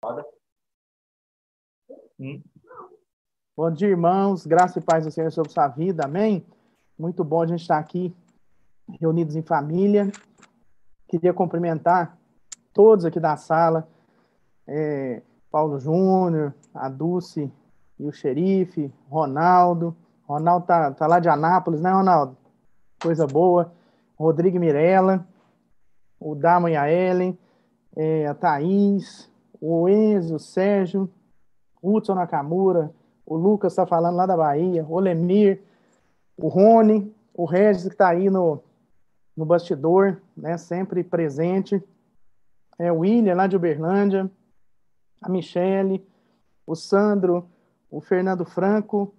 Bom dia, irmãos. Graça e paz do Senhor sobre sua vida. Amém? Muito bom a gente estar aqui reunidos em família. Queria cumprimentar todos aqui da sala. Paulo Júnior, a Dulce e o xerife, Ronaldo. Ronaldo tá lá de Anápolis, né, Ronaldo? Coisa boa. Rodrigo e Mirella, o Dama e a Ellen, a Thaís, o Enzo, o Sérgio, o Hudson Nakamura, o Lucas está falando lá da Bahia, o Lemir, o Rony, o Regis que está aí no bastidor, né, sempre presente, o William lá de Uberlândia, a Michele, o Sandro, o Fernando Franco,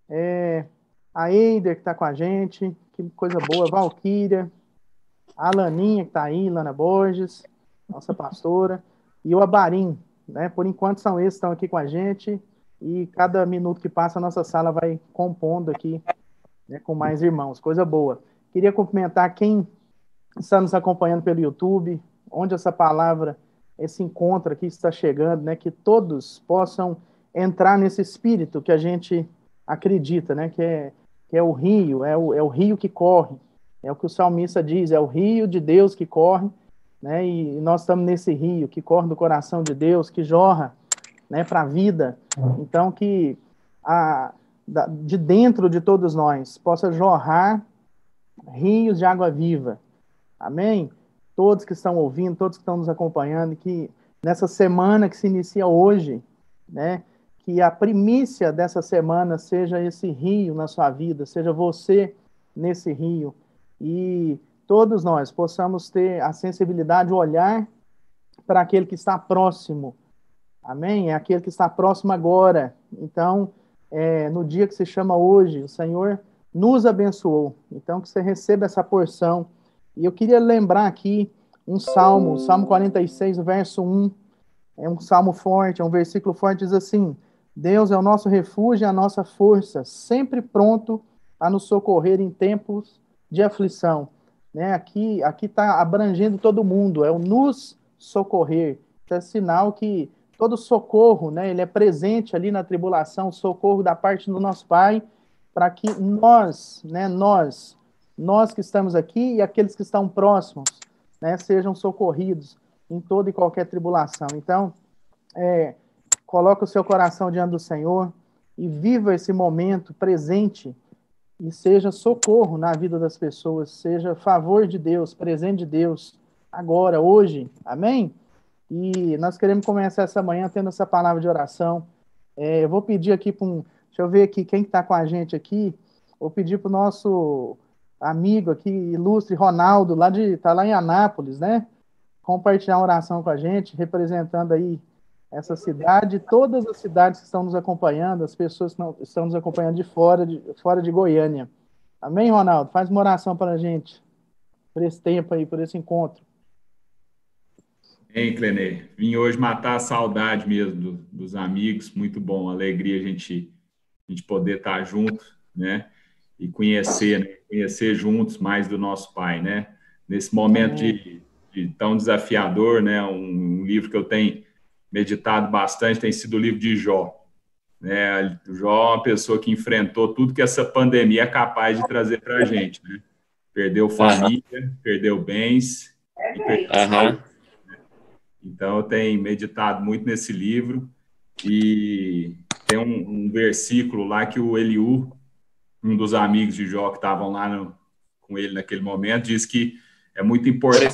a Eider que está com a gente, que coisa boa, a Valquíria, a Laninha que está aí, Lana Borges, nossa pastora, e o Abarim, né? Por enquanto são esses que estão aqui com a gente, e cada minuto que passa a nossa sala vai compondo aqui, né, com mais irmãos, coisa boa. Queria cumprimentar quem está nos acompanhando pelo YouTube, onde essa palavra, esse encontro aqui está chegando, né? Que todos possam entrar nesse espírito que a gente acredita, né? Que é o rio, é o rio que corre, é o que o salmista diz, é o rio de Deus que corre, né? E nós estamos nesse rio que corre do coração de Deus, que jorra, né, para a vida. Então, que de dentro de todos nós possa jorrar rios de água viva. Amém? Todos que estão ouvindo, todos que estão nos acompanhando, que nessa semana que se inicia hoje, né, que a primícia dessa semana seja esse rio na sua vida, seja você nesse rio, e todos nós possamos ter a sensibilidade de olhar para aquele que está próximo. Amém? É aquele que está próximo agora. Então, no dia que se chama hoje, o Senhor nos abençoou. Então, que você receba essa porção. E eu queria lembrar aqui um salmo, Salmo 46, verso 1. É um salmo forte, é um versículo forte, diz assim: Deus é o nosso refúgio e a nossa força, sempre pronto a nos socorrer em tempos de aflição. Né? Aqui está abrangendo todo mundo, é o nos socorrer. Isso é sinal que todo socorro, né, ele é presente ali na tribulação, o socorro da parte do nosso Pai, para que nós, né, nós que estamos aqui e aqueles que estão próximos, né, sejam socorridos em toda e qualquer tribulação. Então, coloca o seu coração diante do Senhor e viva esse momento presente e seja socorro na vida das pessoas, seja favor de Deus, presente de Deus, agora, hoje. Amém? E nós queremos começar essa manhã tendo essa palavra de oração. Eu vou pedir aqui deixa eu ver aqui quem está com a gente aqui. Vou pedir para o nosso amigo aqui, ilustre Ronaldo, tá lá em Anápolis, né? Compartilhar uma oração com a gente, representando aí essa cidade, todas as cidades que estão nos acompanhando, as pessoas que estão nos acompanhando fora de Goiânia. Amém, Ronaldo? Faz uma oração para a gente, por esse tempo aí, por esse encontro. Hein, Clenê? Vim hoje matar a saudade mesmo dos amigos, muito bom, alegria a gente poder estar junto, né? E conhecer juntos mais do nosso Pai, né? Nesse momento de tão desafiador, né? Um livro que eu tenho meditado bastante tem sido o livro de Jó. Né? Jó é uma pessoa que enfrentou tudo que essa pandemia é capaz de trazer para a gente, né? Perdeu família, perdeu bens e perdeu saúde. Então, eu tenho meditado muito nesse livro e tem um versículo lá que o Eliú, um dos amigos de Jó que estavam lá com ele naquele momento, diz que é muito importante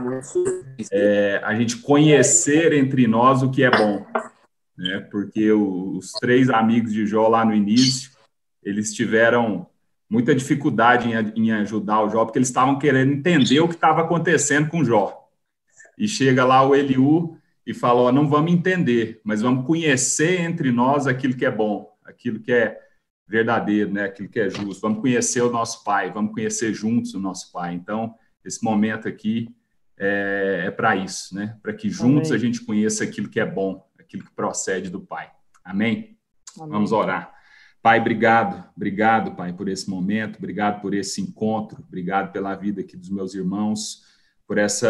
a gente conhecer entre nós o que é bom, né? Porque os 3 amigos de Jó lá no início, eles tiveram muita dificuldade em ajudar o Jó, porque eles estavam querendo entender o que estava acontecendo com Jó. E chega lá o Eliú e fala, não vamos entender, mas vamos conhecer entre nós aquilo que é bom, aquilo que é verdadeiro, né? Aquilo que é justo. Vamos conhecer o nosso Pai, vamos conhecer juntos o nosso Pai. Então, esse momento aqui é para isso, né? Para que juntos a gente conheça aquilo que é bom, aquilo que procede do Pai. Amém? Vamos orar. Pai, obrigado, Pai, por esse momento, obrigado por esse encontro, obrigado pela vida aqui dos meus irmãos, por essa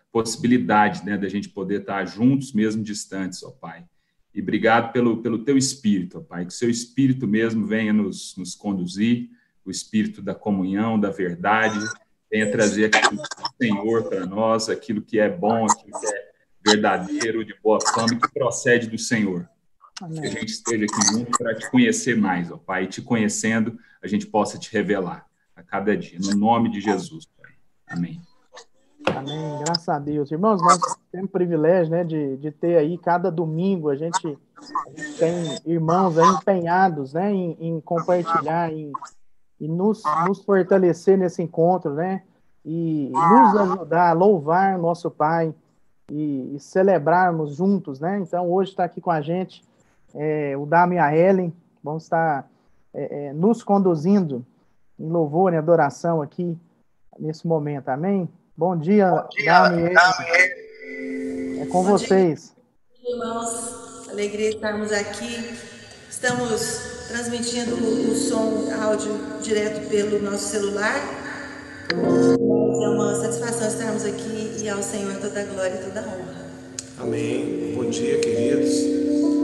possibilidade, né, da gente poder estar juntos, mesmo distantes, ó Pai. E obrigado pelo teu Espírito, ó Pai, que o seu Espírito mesmo venha nos conduzir, o Espírito da comunhão, da verdade, venha trazer aquilo do Senhor para nós, aquilo que é bom, aquilo que é verdadeiro, de boa fama, e que procede do Senhor. Amém. Que a gente esteja aqui junto para te conhecer mais, ó Pai, e te conhecendo, a gente possa te revelar a cada dia, no nome de Jesus, Pai. Amém. Amém, graças a Deus. Irmãos, nós temos o privilégio, né, de ter aí, cada domingo, a gente tem irmãos aí empenhados, né, em compartilhar, e nos fortalecer nesse encontro, né, e nos ajudar a louvar nosso Pai e celebrarmos juntos, né. Então, hoje está aqui com a gente o Dami e a Ellen, vão estar nos conduzindo em louvor e adoração aqui nesse momento, amém? Bom dia, Dami. É com vocês. Irmãos, alegria de estarmos aqui. Estamos transmitindo o som, áudio direto pelo nosso celular. Mas é uma satisfação estarmos aqui e ao Senhor toda a glória e toda a honra. Amém. Bom dia, queridos.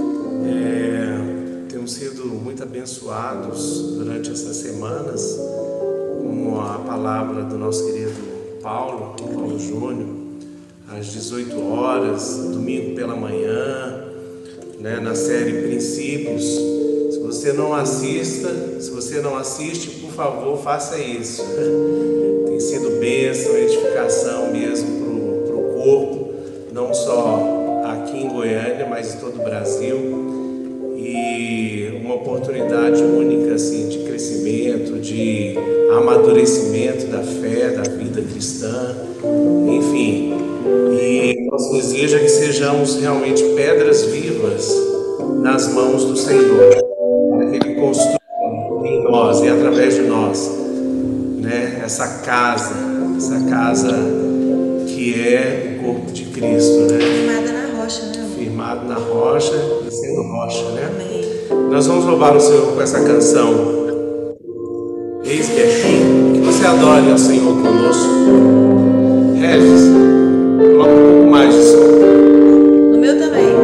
Temos sido muito abençoados durante essas semanas com a palavra do nosso querido Paulo Júnior, às 18 horas, domingo pela manhã, né, na série Princípios. Se você não assiste, por favor, faça isso. Tem sido bênção, edificação mesmo para o corpo, não só aqui em Goiânia, mas em todo o Brasil. E uma oportunidade única assim, de crescimento, de amadurecimento da fé, da vida cristã, enfim. E nosso desejo é que sejamos realmente pedras vivas nas mãos do Senhor, para que Ele construa em nós e através de nós, né, essa casa que é o corpo de Cristo, né? Firmada na rocha, né? Firmado na rocha e sendo rocha, né? Amém. Nós vamos louvar o Senhor com essa canção. Eis que aqui, que você adore ao Senhor conosco. Regis, coloca um pouco mais de som. No meu também.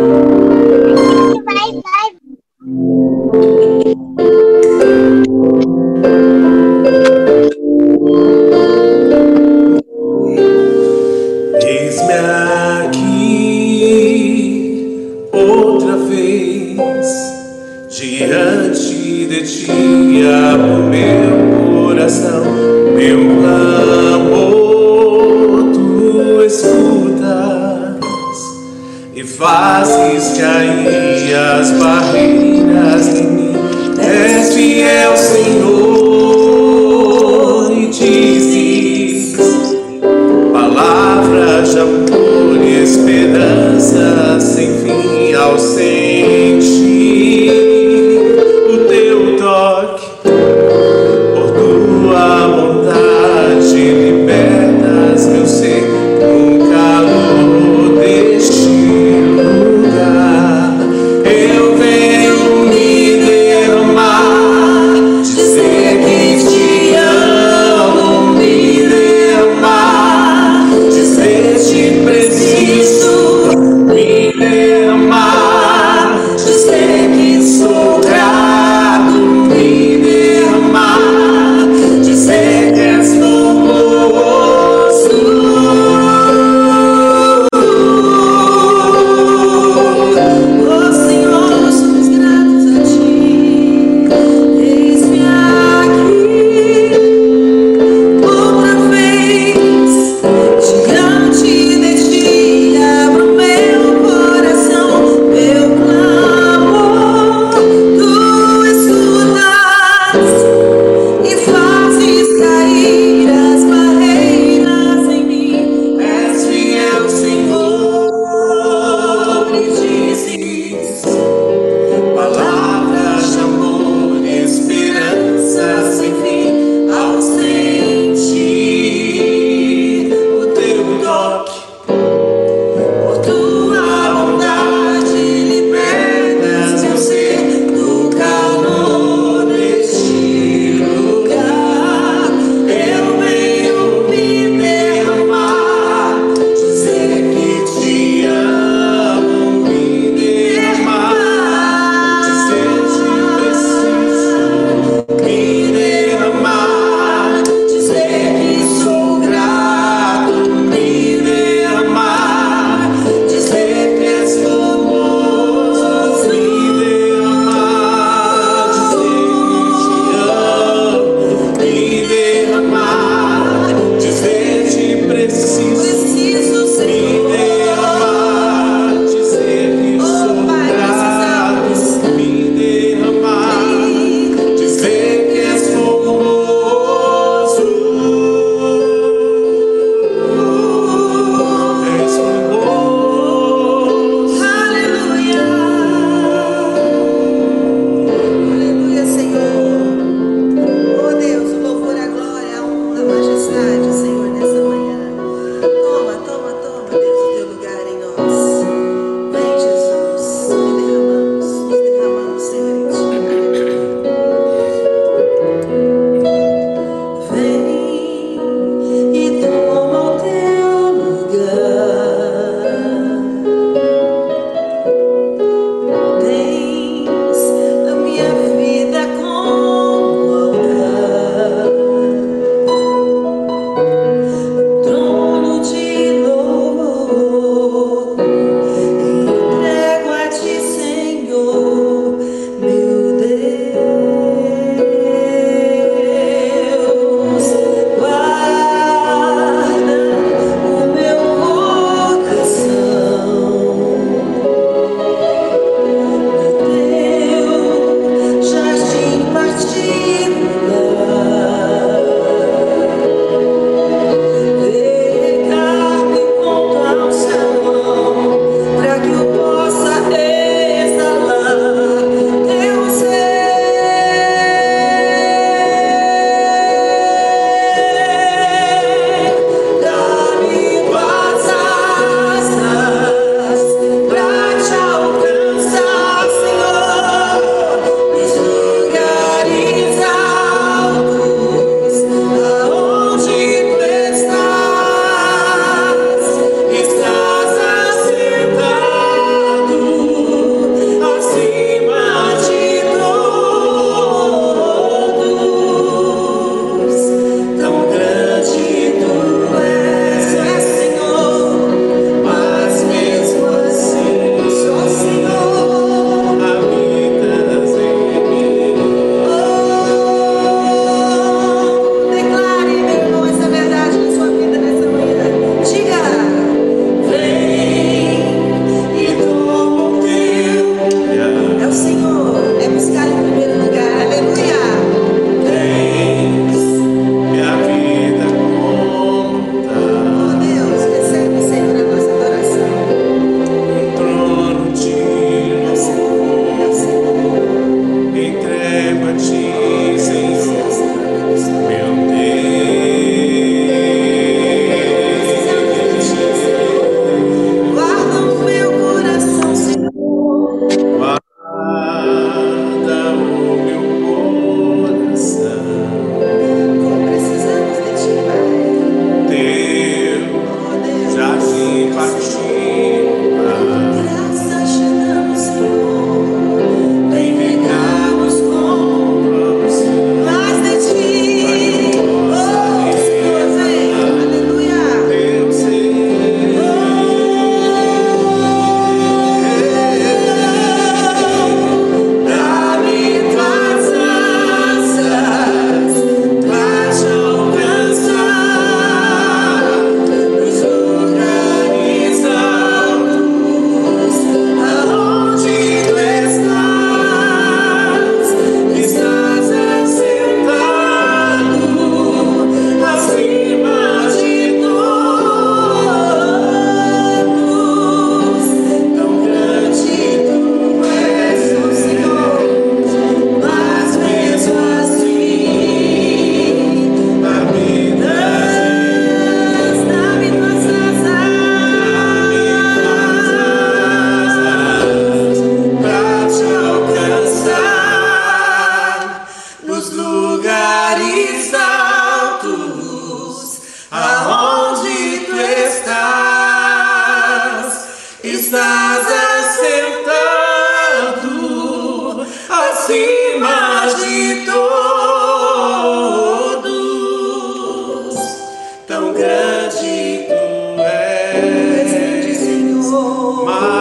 Eis-me aqui outra vez diante de ti, abro meu coração, meu clamor tu escutas e fazes cair as barreiras em mim. És fiel, Senhor, e dizes palavras de amor e esperança sem fim ao sentir o teu toque. Por tua bondade libertas meu ser no calor deste lugar. Eu venho me derramar, dizer que te amo, me derramar, dizer te preciso, me derramar.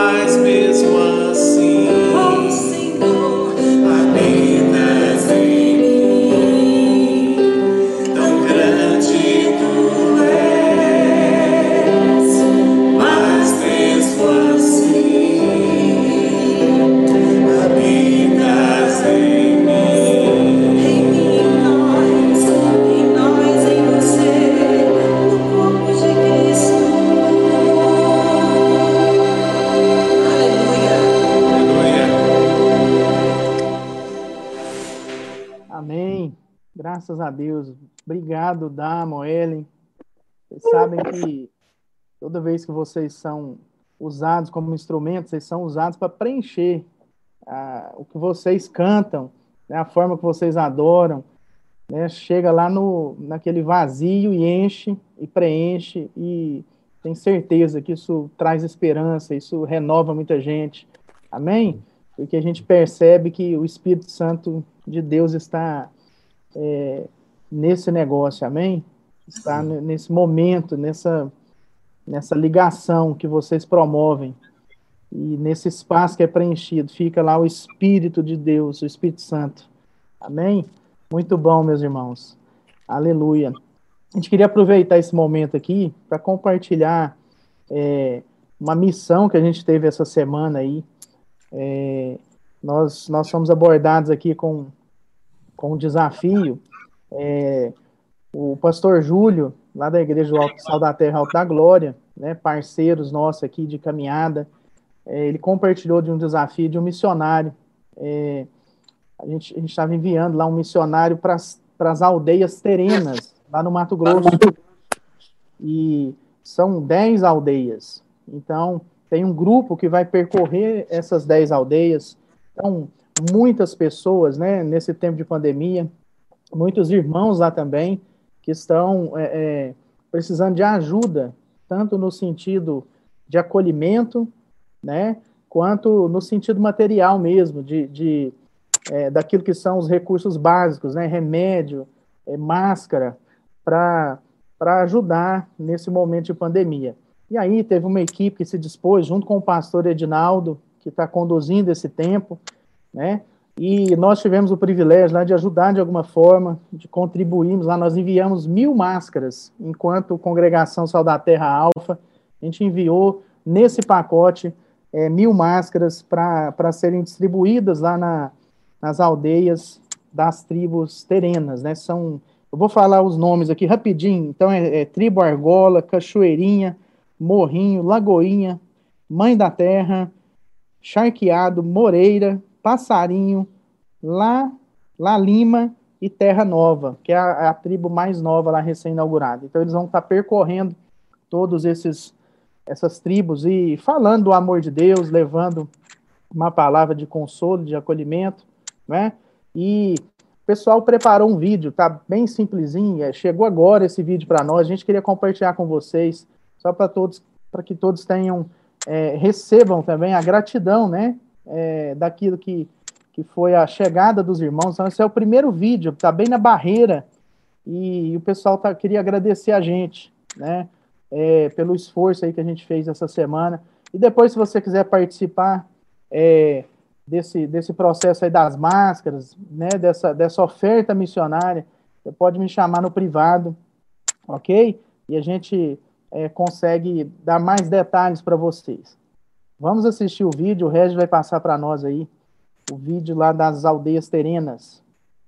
mas mesmo assim, oh Senhor, habitas em mim. Tão grande tu és, mas mesmo assim, habitas em mim. em nós, em você, no corpo de Cristo. Aleluia. Amém. Graças a Deus. Obrigado, Damo, Ellen. Vocês sabem que toda vez que vocês são usados como instrumentos, vocês são usados para preencher o que vocês cantam, né, a forma que vocês adoram, né, chega lá naquele vazio e enche e preenche, e tem certeza que isso traz esperança, isso renova muita gente. Amém? Porque a gente percebe que o Espírito Santo de Deus está nesse negócio, amém? Está nesse momento, nessa ligação que vocês promovem. E nesse espaço que é preenchido, fica lá o Espírito de Deus, o Espírito Santo. Amém? Muito bom, meus irmãos. Aleluia. A gente queria aproveitar esse momento aqui para compartilhar uma missão que a gente teve essa semana aí. Nós fomos abordados aqui com um desafio. O pastor Júlio, lá da Igreja do Alto, Sal da Terra, Alto da Glória, né, parceiros nossos aqui de caminhada, ele compartilhou de um desafio de um missionário. A gente estava enviando lá um missionário para as aldeias terenas, lá no Mato Grosso. E são 10 aldeias. Então, tem um grupo que vai percorrer essas 10 aldeias. Então, muitas pessoas, né, nesse tempo de pandemia, muitos irmãos lá também, que estão precisando de ajuda, tanto no sentido de acolhimento, né, quanto no sentido material mesmo, daquilo que são os recursos básicos, né, remédio, máscara, para ajudar nesse momento de pandemia. E aí teve uma equipe que se dispôs, junto com o pastor Edinaldo, que está conduzindo esse tempo, né, e nós tivemos o privilégio lá de ajudar de alguma forma, de contribuirmos lá. Nós enviamos 1.000 máscaras, enquanto Congregação Sal da Terra Alfa, a gente enviou nesse pacote 1.000 máscaras para serem distribuídas lá nas aldeias das tribos terenas, né? Eu vou falar os nomes aqui rapidinho. Então, Tribo Argola, Cachoeirinha, Morrinho, Lagoinha, Mãe da Terra, Charqueado, Moreira, Passarinho, lá Lima e Terra Nova, que é a tribo mais nova lá, recém-inaugurada. Então, eles vão estar percorrendo todos essas tribos e falando do amor de Deus, levando uma palavra de consolo, de acolhimento, né? E o pessoal preparou um vídeo, tá bem simplesinho, chegou agora esse vídeo para nós, a gente queria compartilhar com vocês, só para que todos recebam também a gratidão, né, daquilo que foi a chegada dos irmãos. Então, esse é o primeiro vídeo, tá bem na barreira, e o pessoal queria agradecer a gente, né, pelo esforço aí que a gente fez essa semana. E depois, se você quiser participar desse processo aí das máscaras, né, dessa oferta missionária, você pode me chamar no privado, ok? E a gente consegue dar mais detalhes para vocês. Vamos assistir o vídeo, o Regis vai passar para nós aí o vídeo lá das aldeias terenas.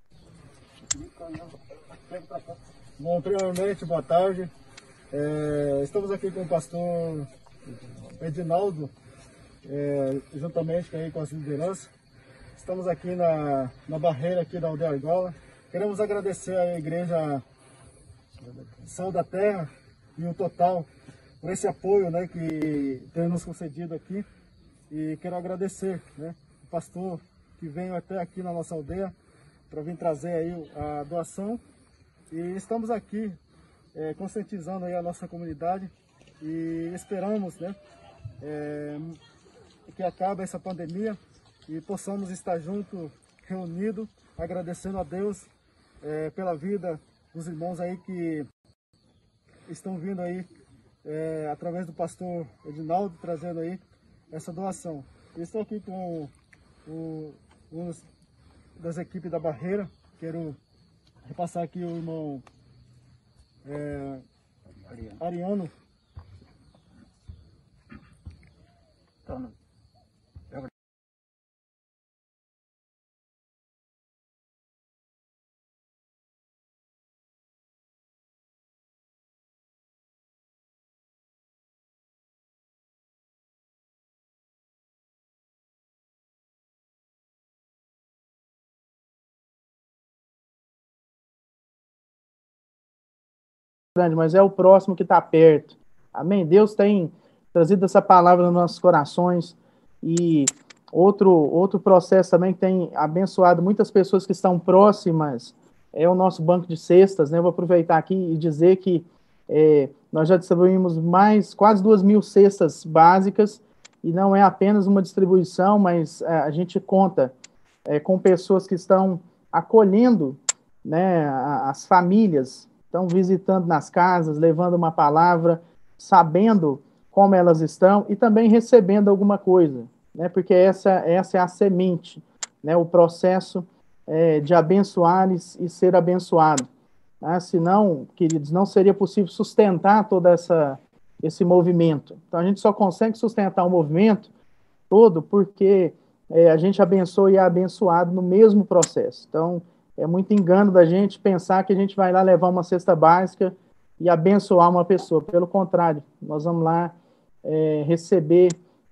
Bom, primeiramente, boa tarde. Estamos aqui com o pastor Edinaldo, juntamente com as lideranças. Estamos aqui na barreira aqui da aldeia Argola. Queremos agradecer à Igreja Sal da Terra e o Total por esse apoio, né, que tem nos concedido aqui. E quero agradecer, né, o pastor que veio até aqui na nossa aldeia para vir trazer aí a doação. E estamos aqui conscientizando aí a nossa comunidade e esperamos, né, que acabe essa pandemia e possamos estar juntos, reunidos, agradecendo a Deus pela vida dos irmãos aí que estão vindo aí através do pastor Edinaldo, trazendo aí essa doação. Eu estou aqui com um das equipes da Barreira. Quero repassar aqui o irmão Ariano. Mas é o próximo que está perto. Amém? Deus tem trazido essa palavra nos nossos corações. E outro processo também que tem abençoado muitas pessoas que estão próximas é o nosso banco de cestas, né? Eu vou aproveitar aqui e dizer que nós já distribuímos quase 2.000 cestas básicas, e não é apenas uma distribuição, mas a gente conta com pessoas que estão acolhendo, né, as famílias, estão visitando nas casas, levando uma palavra, sabendo como elas estão e também recebendo alguma coisa, né? Porque essa é a semente, né? O processo de abençoar e ser abençoado. Senão, queridos, não seria possível sustentar todo esse movimento. Então, a gente só consegue sustentar o movimento todo porque a gente abençoa e é abençoado no mesmo processo. Então, é muito engano da gente pensar que a gente vai lá levar uma cesta básica e abençoar uma pessoa. Pelo contrário, nós vamos lá receber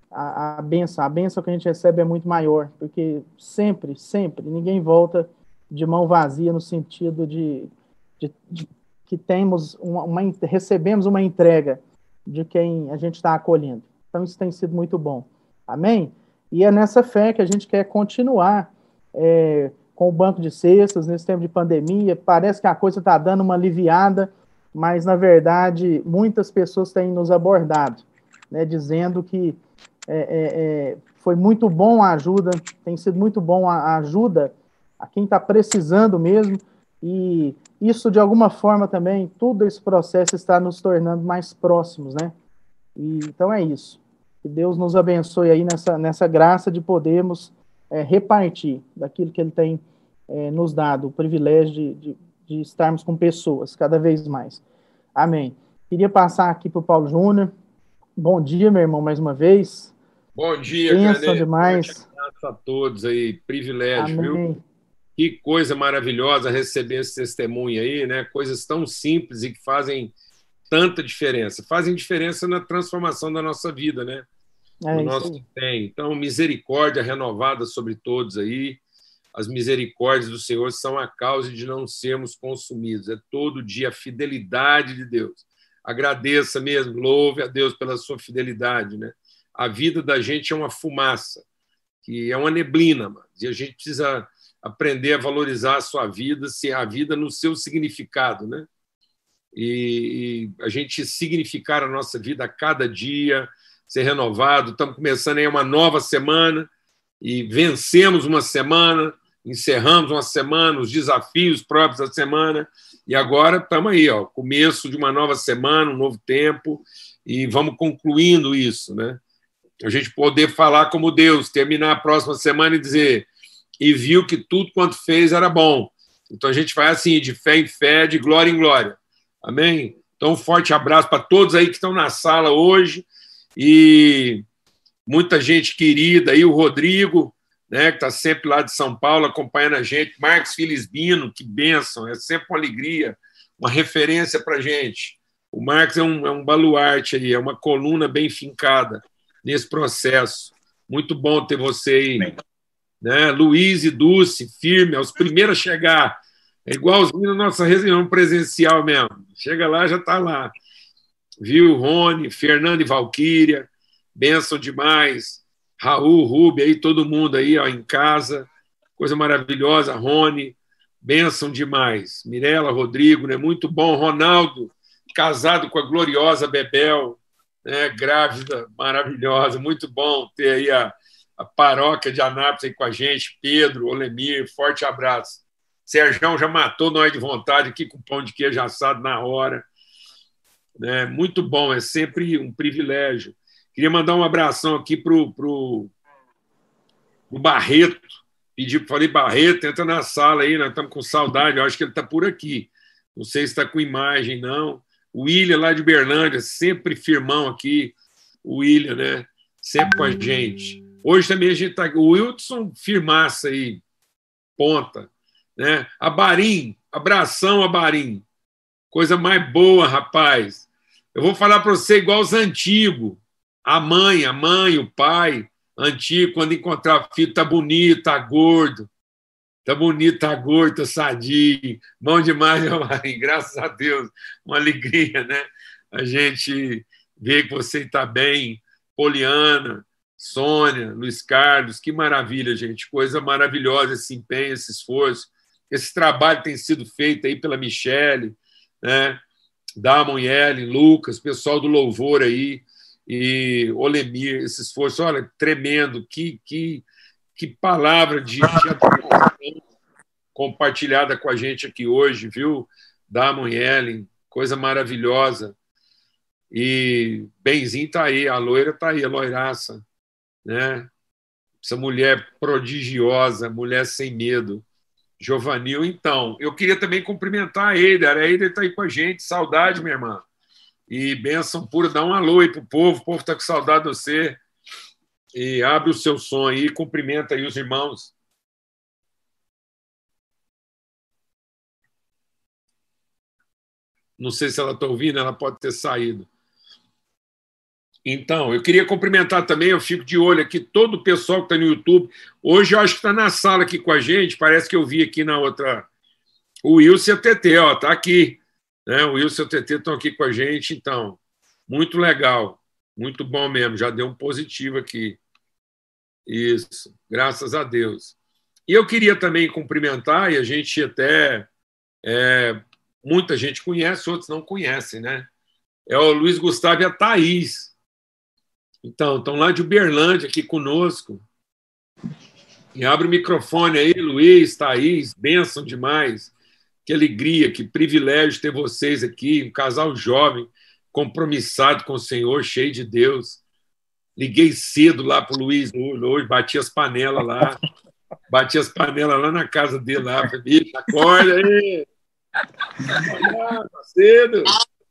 a bênção. A bênção que a gente recebe é muito maior, porque sempre, ninguém volta de mão vazia no sentido de que recebemos uma entrega de quem a gente está acolhendo. Então, isso tem sido muito bom. Amém? E é nessa fé que a gente quer continuar com o banco de cestas, nesse tempo de pandemia. Parece que a coisa está dando uma aliviada, mas, na verdade, muitas pessoas têm nos abordado, né, dizendo que foi muito bom a ajuda, tem sido muito bom a ajuda a quem está precisando mesmo, e isso, de alguma forma, também, todo esse processo está nos tornando mais próximos, né? Então é isso. Que Deus nos abençoe aí nessa graça de podermos repartir daquilo que Ele tem nos dado, o privilégio de estarmos com pessoas cada vez mais. Amém. Queria passar aqui para o Paulo Júnior. Bom dia, meu irmão, mais uma vez. Bom dia, Bênção demais. Abraço a todos aí, privilégio, Amém. viu? Que coisa maravilhosa receber esse testemunho aí, né? Coisas tão simples e que fazem tanta diferença. Fazem diferença na transformação da nossa vida, né? No nosso que tem. Então, misericórdia renovada sobre todos aí. As misericórdias do Senhor são a causa de não sermos consumidos. É todo dia a fidelidade de Deus. Agradeça mesmo, louve a Deus pela sua fidelidade, né? A vida da gente é uma fumaça, que é uma neblina, mas, e a gente precisa aprender a valorizar a sua vida, a vida no seu significado, né? E a gente significar a nossa vida a cada dia, ser renovado. Estamos começando aí uma nova semana e vencemos uma semana, encerramos uma semana, os desafios próprios da semana, e agora estamos aí, ó, começo de uma nova semana, um novo tempo, e vamos concluindo isso, né? A gente poder falar como Deus, terminar a próxima semana e dizer: e viu que tudo quanto fez era bom. Então a gente vai assim, de fé em fé, de glória em glória. Amém? Então um forte abraço para todos aí que estão na sala hoje, e muita gente querida aí, o Rodrigo, né, que está sempre lá de São Paulo acompanhando a gente, Marcos Filisbino, que bênção, é sempre uma alegria, uma referência para a gente. O Marcos é um baluarte aí, é uma coluna bem fincada nesse processo. Muito bom ter você aí. Né? Luiz e Dulce, firme, aos primeiros a chegar. É igualzinho na nossa reunião presencial mesmo. Chega lá, já está lá. Viu, Rony, Fernando e Valquíria, bênção demais. Raul, Rubi, aí, todo mundo aí, ó, em casa. Coisa maravilhosa. Rony, bênção demais. Mirela, Rodrigo, né? Muito bom. Ronaldo, casado com a gloriosa Bebel, né? Grávida, maravilhosa. Muito bom ter aí a paróquia de Anápolis aí com a gente. Pedro, Olemir, forte abraço. Serjão já matou nós de vontade aqui com pão de queijo assado na hora. Né? Muito bom, é sempre um privilégio. Queria mandar um abração aqui pro Barreto. Falei, Barreto, entra na sala aí, nós estamos com saudade, eu acho que ele está por aqui. Não sei se está com imagem, não. O William, lá de Berlândia, sempre firmão aqui. O William, né? Sempre com a gente. Hoje também a gente está... O Wilson firmaça aí, ponta. Né? A Barim, abração a Barim. Coisa mais boa, rapaz. Eu vou falar para você igual os antigos. A mãe, o pai, antigo, quando encontrar o filho, tá bonito, tá gordo. Tá bonito, tá gordo, tá sadio. Bom demais, meu Marinho. Graças a Deus. Uma alegria, né? A gente ver que você está bem. Poliana, Sônia, Luiz Carlos, que maravilha, gente. Coisa maravilhosa esse empenho, esse esforço. Esse trabalho tem sido feito aí pela Michele, né? Damon e Ellen, Lucas, pessoal do Louvor aí, e Olemir, esse esforço, olha, tremendo, que palavra de admiração compartilhada com a gente aqui hoje, viu? Damon e Ellen, coisa maravilhosa. E Benzinho está aí, a loira está aí, a loiraça, né? Essa mulher prodigiosa, mulher sem medo. Giovanil, então, eu queria também cumprimentar a Eider está aí com a gente, saudade, minha irmã. E bênção pura, dá um alô aí pro povo, o povo está com saudade de você. E abre o seu som aí e cumprimenta aí os irmãos. Não sei se ela está ouvindo, ela pode ter saído. Então, eu queria cumprimentar também, eu fico de olho aqui, todo o pessoal que está no YouTube. Hoje eu acho que está na sala aqui com a gente, parece que eu vi aqui na outra... O Wilson e a TT, ó, tá aqui. Né? O Wilson e a TT estão aqui com a gente, então, muito legal, muito bom mesmo, já deu um positivo aqui. Isso, graças a Deus. E eu queria também cumprimentar, e a gente até... muita gente conhece, outros não conhecem, né? É o Luiz Gustavo e a Thaís. Então, estão lá de Uberlândia aqui conosco. E abre o microfone aí, Luiz, Thaís, bênção demais. Que alegria, que privilégio ter vocês aqui, um casal jovem, compromissado com o Senhor, cheio de Deus. Liguei cedo lá para o Luiz hoje, bati as panelas lá. Bati as panelas lá na casa dele, lá. Falei, bicho, acorda aí. Tá cedo.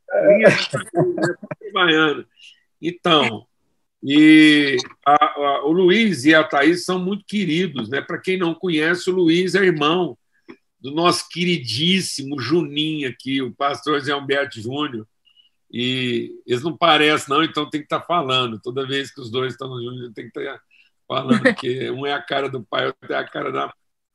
Então, e o Luiz e a Thaís são muito queridos, né? Para quem não conhece, o Luiz é irmão do nosso queridíssimo Juninho aqui, o pastor Zé Humberto Júnior. E eles não parecem, não, então tem que estar falando. Toda vez que os dois estão juntos, tem que estar falando, porque um é a cara do pai, outro é a cara da...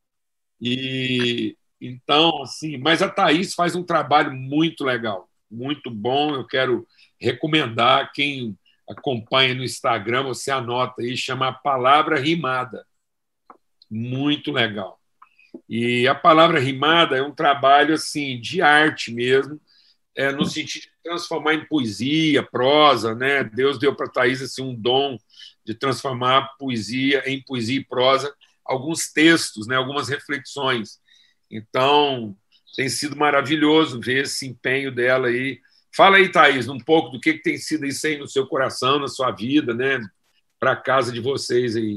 E então, assim, mas a Thaís faz um trabalho muito legal, muito bom. Eu quero recomendar, quem acompanha no Instagram, você anota aí, chama A Palavra Rimada. Muito legal. E a Palavra Rimada é um trabalho assim de arte mesmo, no sentido de transformar em poesia, prosa, né? Deus deu para a Thaís assim, um dom de transformar a poesia em poesia e prosa, alguns textos, né? Algumas reflexões. Então, tem sido maravilhoso ver esse empenho dela aí. Fala aí, Thaís, um pouco do que tem sido isso aí no seu coração, na sua vida, né? Para a casa de vocês aí.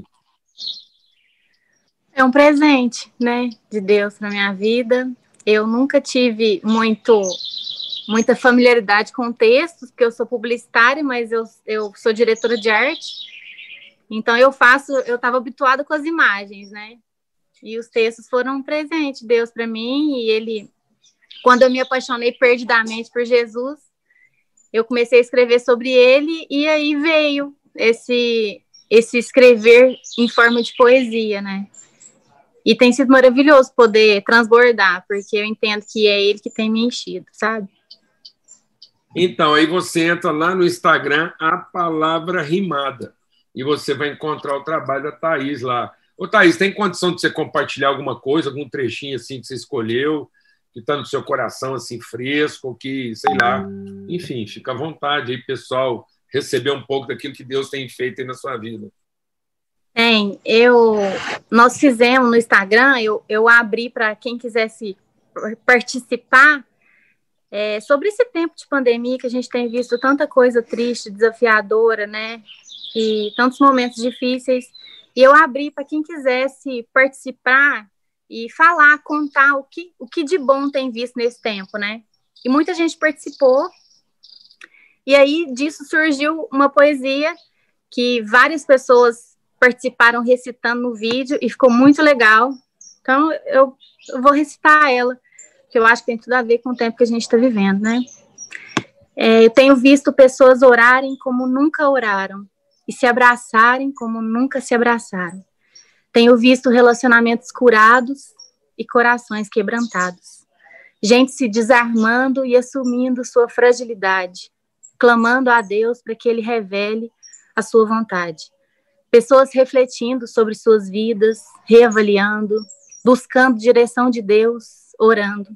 É um presente, né, de Deus para minha vida. Eu nunca tive muita familiaridade com textos, porque eu sou publicitária, mas eu sou diretora de arte. Então eu estava habituada com as imagens, né? E os textos foram um presente de Deus para mim. E ele, quando eu me apaixonei perdidamente por Jesus, eu comecei a escrever sobre ele, e aí veio esse escrever em forma de poesia, né? E tem sido maravilhoso poder transbordar, porque eu entendo que é ele que tem me enchido, sabe? Então, aí você entra lá no Instagram, A Palavra Rimada, e você vai encontrar o trabalho da Thaís lá. Ô, Thaís, tem condição de você compartilhar alguma coisa, algum trechinho assim que você escolheu, que está no seu coração assim fresco, ou que, sei lá, enfim, fica à vontade aí, pessoal, receber um pouco daquilo que Deus tem feito aí na sua vida. Nós fizemos no Instagram, eu abri para quem quisesse participar sobre esse tempo de pandemia, que a gente tem visto tanta coisa triste, desafiadora, né? e tantos momentos difíceis. E eu abri para quem quisesse participar e falar, contar o que de bom tem visto nesse tempo, né? E muita gente participou. E aí disso surgiu uma poesia que várias pessoas participaram recitando no vídeo e ficou muito legal. Então eu vou recitar ela, que eu acho que tem tudo a ver com o tempo que a gente está vivendo, né? Eu tenho visto pessoas orarem como nunca oraram e se abraçarem como nunca se abraçaram. Tenho visto relacionamentos curados e corações quebrantados. Gente se desarmando e assumindo sua fragilidade, clamando a Deus para que Ele revele a sua vontade. Pessoas refletindo sobre suas vidas, reavaliando, buscando direção de Deus, orando.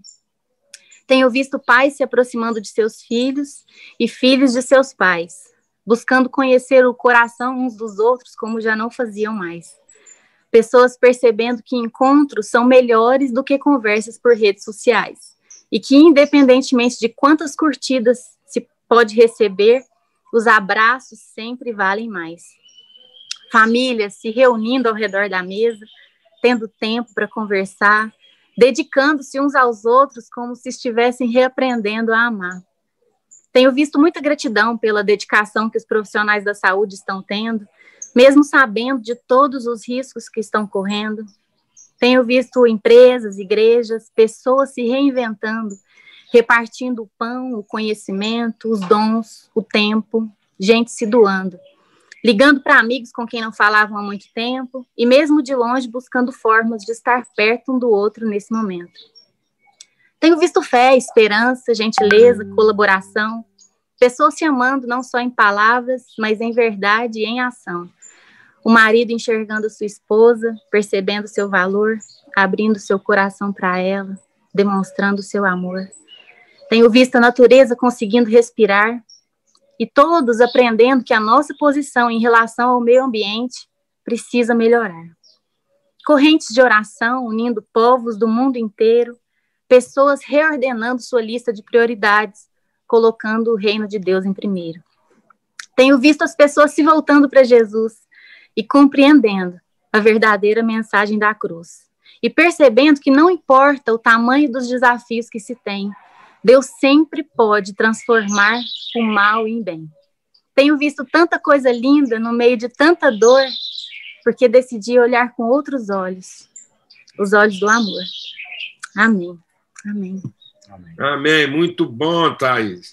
Tenho visto pais se aproximando de seus filhos e filhos de seus pais, buscando conhecer o coração uns dos outros como já não faziam mais. Pessoas percebendo que encontros são melhores do que conversas por redes sociais e que, independentemente de quantas curtidas se pode receber, os abraços sempre valem mais. Famílias se reunindo ao redor da mesa, tendo tempo para conversar, dedicando-se uns aos outros como se estivessem reaprendendo a amar. Tenho visto muita gratidão pela dedicação que os profissionais da saúde estão tendo, mesmo sabendo de todos os riscos que estão correndo. Tenho visto empresas, igrejas, pessoas se reinventando, repartindo o pão, o conhecimento, os dons, o tempo, gente se doando, ligando para amigos com quem não falavam há muito tempo e mesmo de longe buscando formas de estar perto um do outro nesse momento. Tenho visto fé, esperança, gentileza, colaboração, pessoas se amando não só em palavras, mas em verdade e em ação. O marido enxergando sua esposa, percebendo seu valor, abrindo seu coração para ela, demonstrando seu amor. Tenho visto a natureza conseguindo respirar e todos aprendendo que a nossa posição em relação ao meio ambiente precisa melhorar. Correntes de oração unindo povos do mundo inteiro, pessoas reordenando sua lista de prioridades, colocando o reino de Deus em primeiro. Tenho visto as pessoas se voltando para Jesus e compreendendo a verdadeira mensagem da cruz. E percebendo que não importa o tamanho dos desafios que se tem, Deus sempre pode transformar o mal em bem. Tenho visto tanta coisa linda no meio de tanta dor, porque decidi olhar com outros olhos, os olhos do amor. Amém. Amém. Amém. Muito bom, Thaís.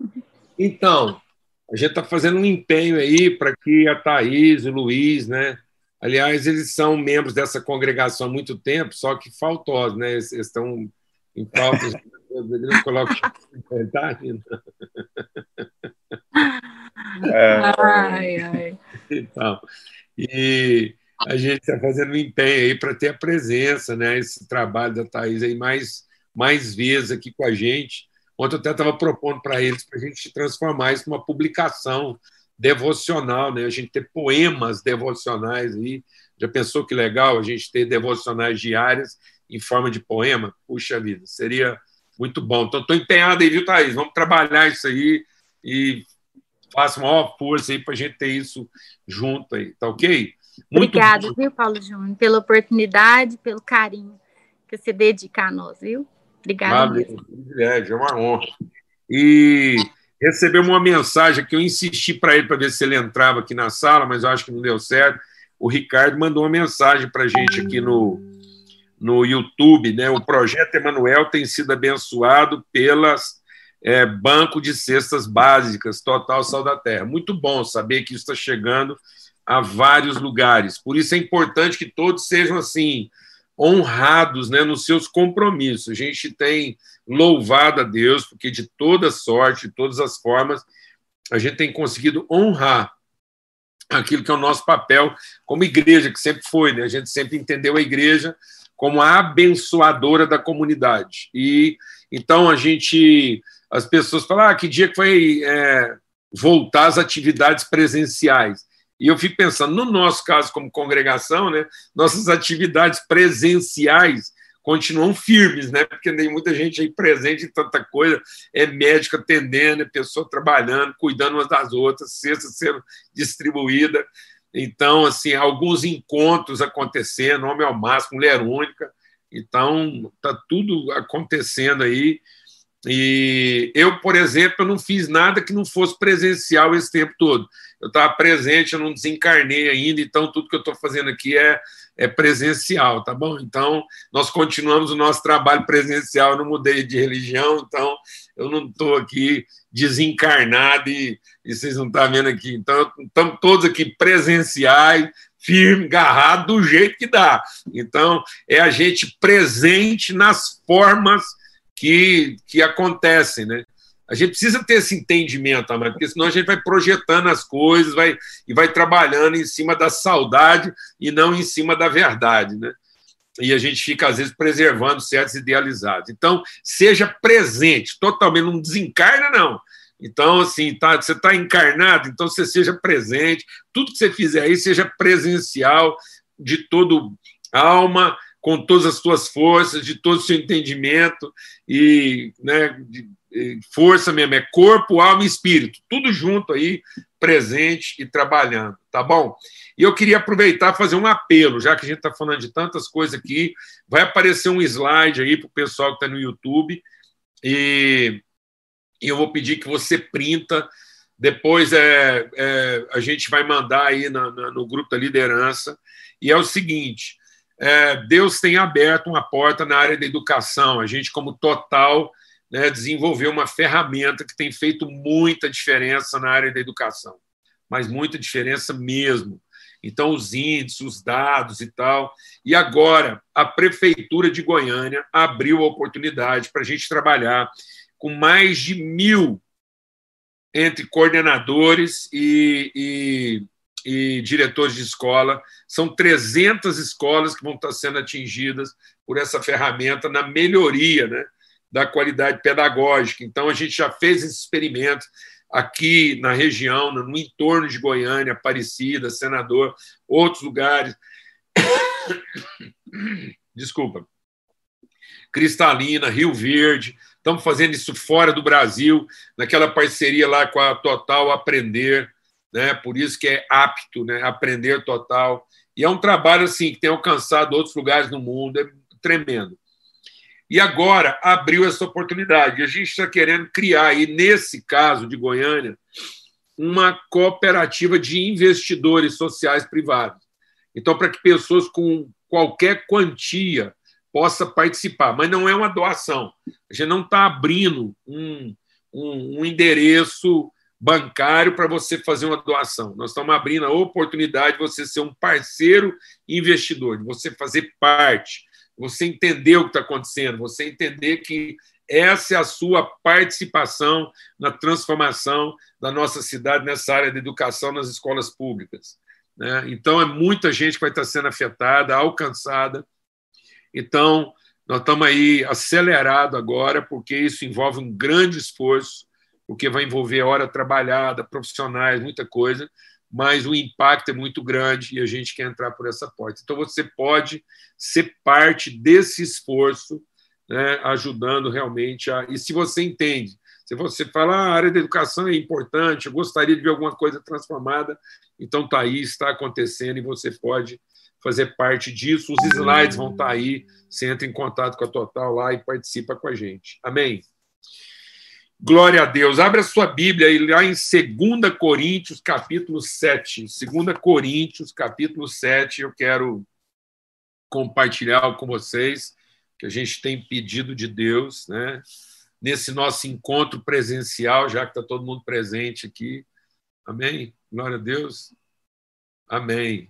Então, a gente está fazendo um empenho aí para que a Thaís e o Luiz, né? Aliás, eles são membros dessa congregação há muito tempo, só que faltosos, né? Eles estão em falta. Eles não colocam comentário. Ai. Então, e a gente está fazendo um empenho aí para ter a presença, né? Esse trabalho da Thaís aí mais vezes aqui com a gente. Ontem eu até estava propondo para eles para a gente transformar isso numa publicação devocional, né? A gente ter poemas devocionais aí. Já pensou que legal a gente ter devocionais diárias em forma de poema? Puxa vida, seria muito bom. Então, estou empenhado aí, viu, Thaís? Vamos trabalhar isso aí e faça maior força aí para a gente ter isso junto aí, tá ok? Obrigada, viu, Paulo Júnior, pela oportunidade, pelo carinho que você dedica a nós, viu? Obrigada. É uma honra. E recebemos uma mensagem que eu insisti para ele para ver se ele entrava aqui na sala, mas eu acho que não deu certo. O Ricardo mandou uma mensagem para a gente aqui no YouTube, né? O Projeto Emanuel tem sido abençoado pelas Banco de Cestas Básicas, Total Sal da Terra. Muito bom saber que isso está chegando a vários lugares. Por isso é importante que todos sejam assim honrados, né, nos seus compromissos. A gente tem louvado a Deus, porque de toda sorte, de todas as formas, a gente tem conseguido honrar aquilo que é o nosso papel como igreja, que sempre foi, né? A gente sempre entendeu a igreja como a abençoadora da comunidade. E então as pessoas falam, que dia que vai voltar às atividades presenciais? E eu fico pensando, no nosso caso como congregação, né, nossas atividades presenciais continuam firmes, né? Porque tem muita gente aí presente em tanta coisa, é médico atendendo, é pessoa trabalhando, cuidando umas das outras, cesta sendo distribuída. Então, assim, alguns encontros acontecendo, homem ao máximo, mulher única. Então, está tudo acontecendo aí. E eu, por exemplo, eu não fiz nada que não fosse presencial esse tempo todo. Eu estava presente, eu não desencarnei ainda, então tudo que eu estou fazendo aqui é presencial, tá bom? Então, nós continuamos o nosso trabalho presencial, eu não mudei de religião, então eu não estou aqui desencarnado e vocês não estão vendo aqui. Então, estamos todos aqui presenciais, firme, agarrado, do jeito que dá. Então, é a gente presente nas formas que acontecem, né? A gente precisa ter esse entendimento, amado, porque senão a gente vai projetando as coisas e vai trabalhando em cima da saudade e não em cima da verdade, né? E a gente fica, às vezes, preservando certos idealizados. Então, seja presente, totalmente, não desencarna, não. Então, assim, você está encarnado, então você seja presente, tudo que você fizer aí seja presencial, de toda alma, com todas as suas forças, de todo o seu entendimento, e, né, força mesmo, é corpo, alma e espírito, tudo junto aí, presente e trabalhando, tá bom? E eu queria aproveitar e fazer um apelo, já que a gente está falando de tantas coisas aqui, vai aparecer um slide aí para o pessoal que está no YouTube, e eu vou pedir que você printa, depois a gente vai mandar aí no grupo da liderança, e é o seguinte, Deus tem aberto uma porta na área da educação, a gente como Total, né, desenvolveu uma ferramenta que tem feito muita diferença na área da educação, mas muita diferença mesmo. Então, os índices, os dados e tal. E agora, a Prefeitura de Goiânia abriu a oportunidade para a gente trabalhar com mais de 1.000 entre coordenadores e diretores de escola. São 300 escolas que vão estar sendo atingidas por essa ferramenta na melhoria, né, da qualidade pedagógica. Então, a gente já fez esse experimento aqui na região, no entorno de Goiânia, Aparecida, Senador, outros lugares. Desculpa. Cristalina, Rio Verde. Estamos fazendo isso fora do Brasil, naquela parceria lá com a Total Aprender, né? Por isso que é apto, né? Aprender Total. E é um trabalho assim, que tem alcançado outros lugares no mundo, é tremendo. E agora abriu essa oportunidade. A gente está querendo criar, aí, nesse caso de Goiânia, uma cooperativa de investidores sociais privados. Então, para que pessoas com qualquer quantia possam participar. Mas não é uma doação. A gente não está abrindo um endereço bancário para você fazer uma doação. Nós estamos abrindo a oportunidade de você ser um parceiro investidor, de você fazer parte, você entender o que está acontecendo, você entender que essa é a sua participação na transformação da nossa cidade nessa área de educação nas escolas públicas, né? Então, é muita gente que vai estar sendo afetada, alcançada. Então, nós estamos aí acelerado agora, porque isso envolve um grande esforço, porque vai envolver hora trabalhada, profissionais, muita coisa, mas o impacto é muito grande e a gente quer entrar por essa porta. Então, você pode ser parte desse esforço, né, ajudando realmente a... E se você entende, se você fala, a área da educação é importante, eu gostaria de ver alguma coisa transformada, então está aí, está acontecendo e você pode fazer parte disso. Os slides vão estar aí, você entra em contato com a Total lá e participa com a gente. Amém? Glória a Deus. Abre a sua Bíblia aí, lá em 2 Coríntios, capítulo 7. 2 Coríntios, capítulo 7. Eu quero compartilhar com vocês que a gente tem pedido de Deus, né? Nesse nosso encontro presencial, já que está todo mundo presente aqui. Amém? Glória a Deus. Amém.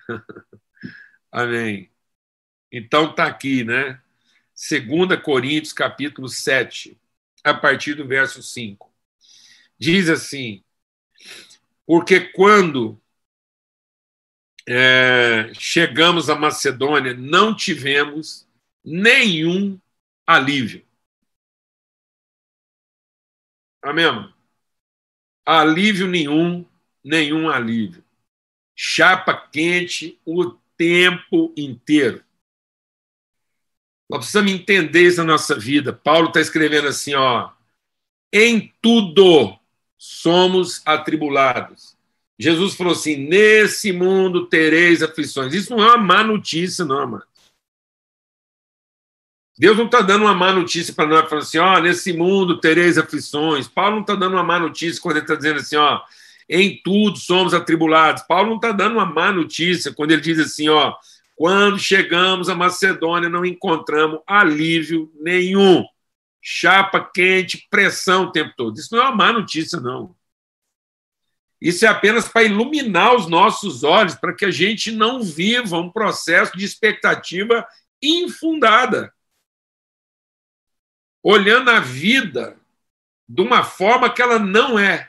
Amém. Então está aqui, né? 2 Coríntios, capítulo 7. A partir do verso 5. Diz assim, porque quando chegamos à Macedônia, não tivemos nenhum alívio. Amém, mano? Alívio nenhum alívio. Chapa quente o tempo inteiro. Nós precisamos entender isso na nossa vida. Paulo está escrevendo assim, ó, em tudo somos atribulados. Jesus falou assim, nesse mundo tereis aflições. Isso não é uma má notícia, não, mano. Deus não está dando uma má notícia para nós, falando assim, ó, nesse mundo tereis aflições. Paulo não está dando uma má notícia quando ele está dizendo assim, ó, em tudo somos atribulados. Paulo não está dando uma má notícia quando ele diz assim, ó, quando chegamos a Macedônia não encontramos alívio nenhum. Chapa quente, pressão o tempo todo. Isso não é uma má notícia, não. Isso é apenas para iluminar os nossos olhos, para que a gente não viva um processo de expectativa infundada. Olhando a vida de uma forma que ela não é.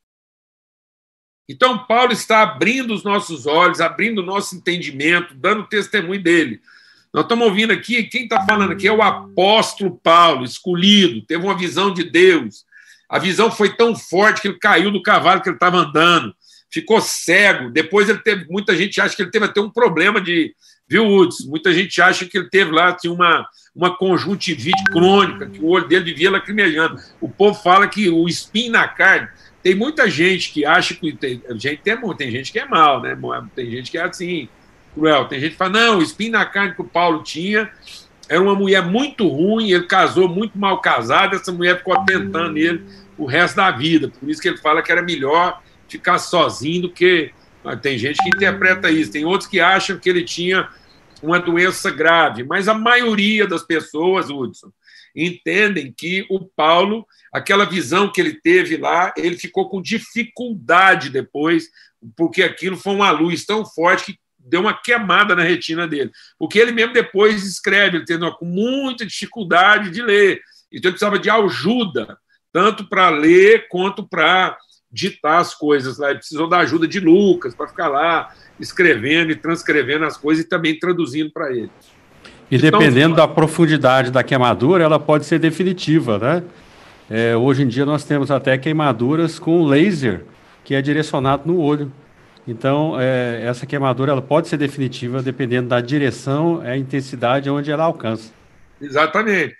Então, Paulo está abrindo os nossos olhos, abrindo o nosso entendimento, dando testemunho dele. Nós estamos ouvindo aqui, quem está falando aqui é o apóstolo Paulo, escolhido, teve uma visão de Deus. A visão foi tão forte que ele caiu do cavalo que ele estava andando, ficou cego. Depois ele teve, muita gente acha que ele teve até um problema de, viu, Hudson? Muita gente acha que ele teve lá, tinha uma conjuntivite crônica, que o olho dele vivia lacrimejando. O povo fala que o espinho na carne. Tem muita gente que acha que. Tem gente que é mal, né? Tem gente que é assim, cruel. Tem gente que fala, não, o espinho na carne que o Paulo tinha era uma mulher muito ruim, ele casou muito mal casado, essa mulher ficou tentando ele o resto da vida. Por isso que ele fala que era melhor ficar sozinho do que. Tem gente que interpreta isso, tem outros que acham que ele tinha uma doença grave, mas a maioria das pessoas, Hudson, entendem que o Paulo, aquela visão que ele teve lá, ele ficou com dificuldade depois, porque aquilo foi uma luz tão forte que deu uma queimada na retina dele. Porque ele mesmo depois escreve, ele tendo com muita dificuldade de ler. Então ele precisava de ajuda, tanto para ler quanto para ditar as coisas. Ele precisou da ajuda de Lucas para ficar lá escrevendo e transcrevendo as coisas e também traduzindo para ele. E dependendo da profundidade da queimadura, ela pode ser definitiva, né? Hoje em dia nós temos até queimaduras com laser, que é direcionado no olho. Então, essa queimadura ela pode ser definitiva dependendo da direção, a intensidade onde ela alcança. Exatamente.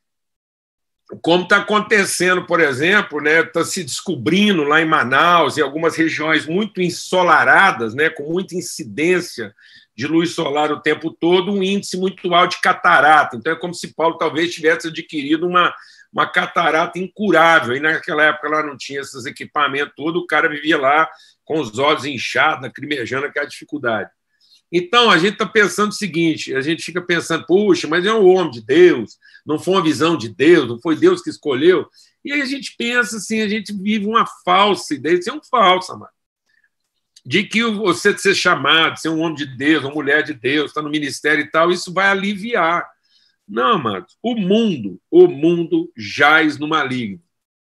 Como está acontecendo, por exemplo, né, está se descobrindo lá em Manaus, em algumas regiões muito ensolaradas, né, com muita incidência de luz solar o tempo todo, um índice muito alto de catarata. Então, é como se Paulo talvez tivesse adquirido uma catarata incurável. E naquela época lá não tinha esses equipamentos todos, o cara vivia lá com os olhos inchados, lacrimejando, aquela dificuldade. Então, a gente está pensando o seguinte, a gente fica pensando, puxa, mas é um homem de Deus, não foi uma visão de Deus, não foi Deus que escolheu. E aí a gente pensa assim, a gente vive uma falsa ideia, isso é um falso, mano, de que você ser chamado, ser um homem de Deus, uma mulher de Deus, está no ministério e tal, isso vai aliviar. Não, mano, o mundo jaz no maligno.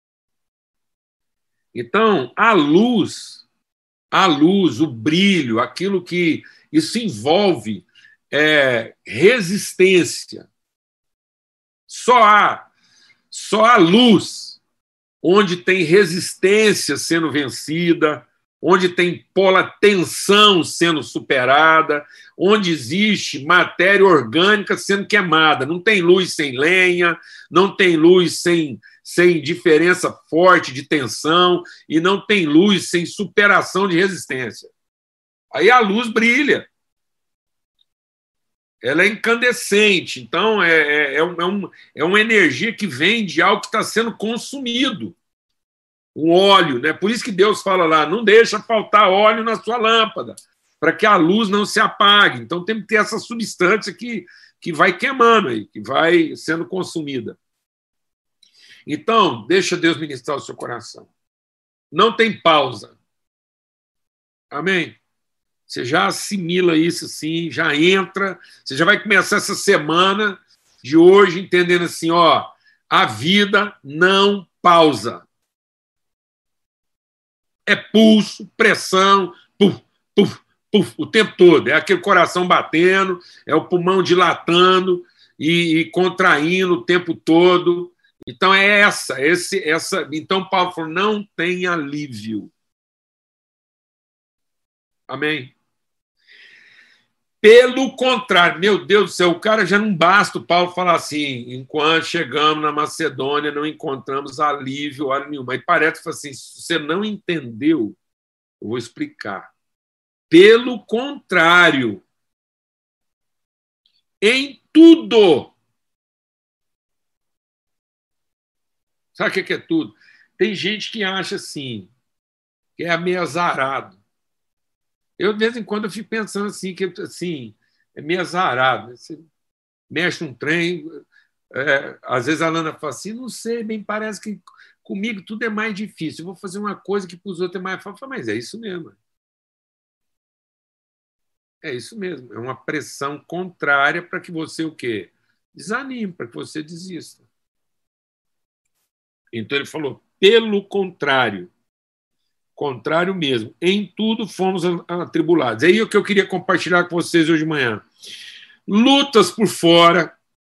Então, a luz, o brilho, aquilo que isso envolve resistência. Só há luz onde tem resistência sendo vencida, onde tem tensão sendo superada, onde existe matéria orgânica sendo queimada. Não tem luz sem lenha, não tem luz sem diferença forte de tensão e não tem luz sem superação de resistência. Aí a luz brilha. Ela é incandescente. Então, é uma energia que vem de algo que está sendo consumido. O óleo, né? Por isso que Deus fala lá, não deixa faltar óleo na sua lâmpada, para que a luz não se apague. Então, tem que ter essa substância que vai queimando aí, que vai sendo consumida. Então, deixa Deus ministrar o seu coração. Não tem pausa. Amém? Você já assimila isso assim, já entra, você já vai começar essa semana de hoje entendendo assim, ó, a vida não pausa. É pulso, pressão, puf, puf, puf, o tempo todo. É aquele coração batendo, é o pulmão dilatando e contraindo o tempo todo. Então é essa. Então Paulo falou, não tem alívio. Amém? Pelo contrário, meu Deus do céu, o cara já não basta o Paulo falar assim, enquanto chegamos na Macedônia, não encontramos alívio, hora nenhuma. Aí parece assim, se você não entendeu, eu vou explicar. Pelo contrário, em tudo. Sabe o que é tudo? Tem gente que acha assim, que é meio azarado. Eu, de vez em quando, eu fico pensando assim, que assim, é meio azarado. Você mexe num trem, às vezes a Lana fala assim, não sei, bem parece que comigo tudo é mais difícil. Eu vou fazer uma coisa que para os outros é mais fácil. Mas é isso mesmo. É isso mesmo. É uma pressão contrária para que você o quê? Desanime, para que você desista. Então ele falou, pelo contrário mesmo, em tudo fomos atribulados. É aí o que eu queria compartilhar com vocês hoje de manhã. Lutas por fora,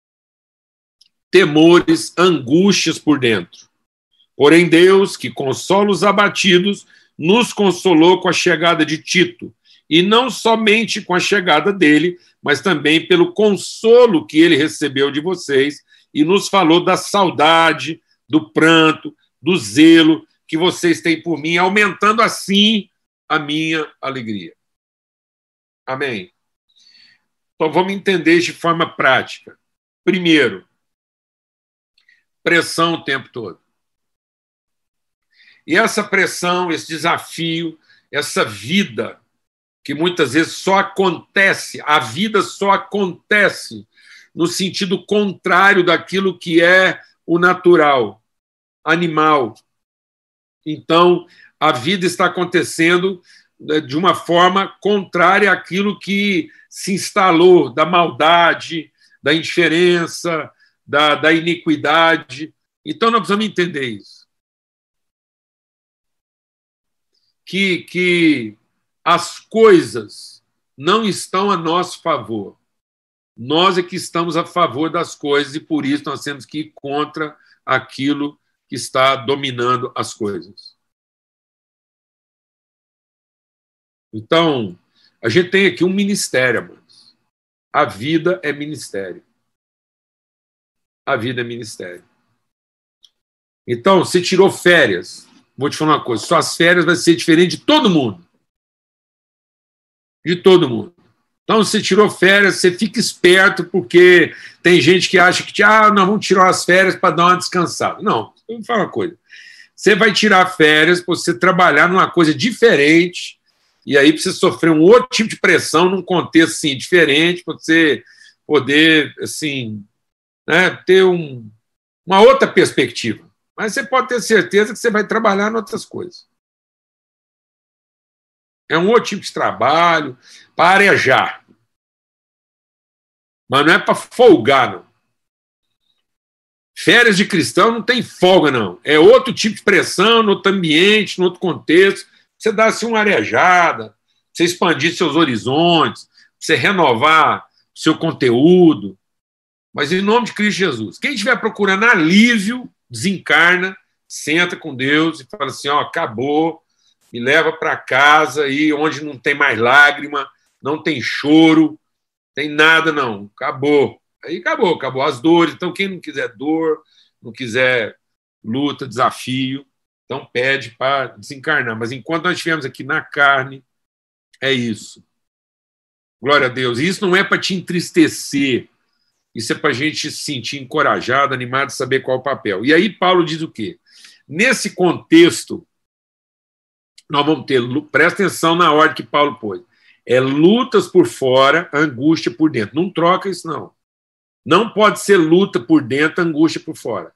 temores, angústias por dentro. Porém, Deus, que consola os abatidos, nos consolou com a chegada de Tito, e não somente com a chegada dele, mas também pelo consolo que ele recebeu de vocês, e nos falou da saudade, do pranto, do zelo que vocês têm por mim, aumentando assim a minha alegria. Amém? Então, vamos entender de forma prática. Primeiro, pressão o tempo todo. E essa pressão, esse desafio, essa vida que muitas vezes só acontece, a vida só acontece no sentido contrário daquilo que é o natural, animal. Então, a vida está acontecendo de uma forma contrária àquilo que se instalou, da maldade, da indiferença, da iniquidade. Então, nós precisamos entender isso. Que as coisas não estão a nosso favor. Nós é que estamos a favor das coisas e, por isso, nós temos que ir contra aquilo que está dominando as coisas. Então, a gente tem aqui um ministério, amados. A vida é ministério. A vida é ministério. Então, você tirou férias. Vou te falar uma coisa. Suas férias vão ser diferentes de todo mundo. De todo mundo. Então, você tirou férias, você fica esperto, porque tem gente que acha que nós vamos tirar as férias para dar uma descansada. Não, eu vou falar uma coisa. Você vai tirar férias para você trabalhar numa coisa diferente, e aí precisa sofrer um outro tipo de pressão num contexto assim, diferente, para você poder assim, né, ter uma outra perspectiva. Mas você pode ter certeza que você vai trabalhar em outras coisas. É um outro tipo de trabalho, para arejar. Mas não é para folgar, não. Férias de cristão não tem folga, não. É outro tipo de pressão, no outro ambiente, no outro contexto. Você dá assim uma arejada, você expandir seus horizontes, você renovar seu conteúdo. Mas em nome de Cristo Jesus, quem estiver procurando alívio, desencarna, senta com Deus e fala assim, acabou, me leva para casa aí onde não tem mais lágrima, não tem choro, tem nada não, acabou. Aí acabou as dores. Então quem não quiser dor, não quiser luta, desafio, então pede para desencarnar. Mas enquanto nós estivermos aqui na carne, é isso. Glória a Deus. E isso não é para te entristecer, isso é para a gente se sentir encorajado, animado, saber qual é o papel. E aí Paulo diz o quê? Nesse contexto, nós vamos ter, presta atenção na ordem que Paulo pôs, lutas por fora, angústia por dentro. Não troca isso, não. Não pode ser luta por dentro, angústia por fora.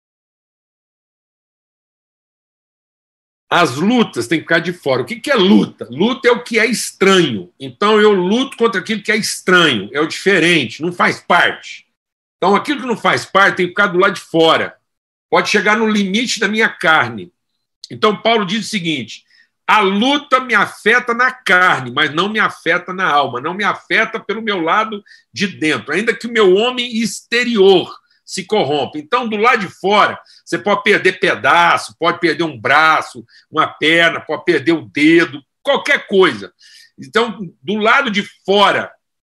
As lutas têm que ficar de fora. O que é luta? Luta é o que é estranho. Então, eu luto contra aquilo que é estranho, é o diferente, não faz parte. Então, aquilo que não faz parte tem que ficar do lado de fora. Pode chegar no limite da minha carne. Então, Paulo diz o seguinte, a luta me afeta na carne, mas não me afeta na alma, não me afeta pelo meu lado de dentro, ainda que o meu homem exterior se corrompa. Então, do lado de fora, você pode perder pedaço, pode perder um braço, uma perna, pode perder o dedo, qualquer coisa. Então, do lado de fora,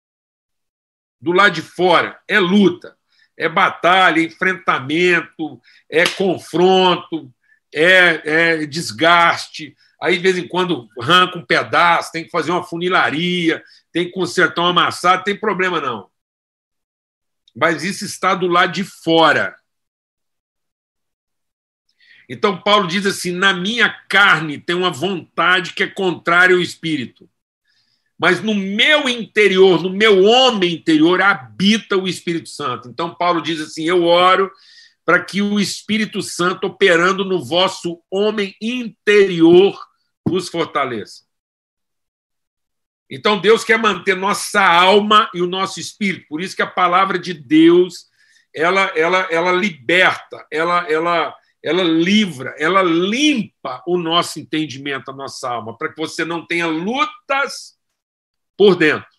do lado de fora é luta, é batalha, é enfrentamento, é confronto, é desgaste. Aí, de vez em quando, arranca um pedaço, tem que fazer uma funilaria, tem que consertar um amassado, não tem problema não. Mas isso está do lado de fora. Então, Paulo diz assim, na minha carne tem uma vontade que é contrária ao Espírito. Mas no meu interior, no meu homem interior, habita o Espírito Santo. Então, Paulo diz assim, eu oro para que o Espírito Santo, operando no vosso homem interior, vos fortaleça. Então, Deus quer manter nossa alma e o nosso espírito. Por isso que a palavra de Deus, ela liberta, ela livra, ela limpa o nosso entendimento, a nossa alma, para que você não tenha lutas por dentro.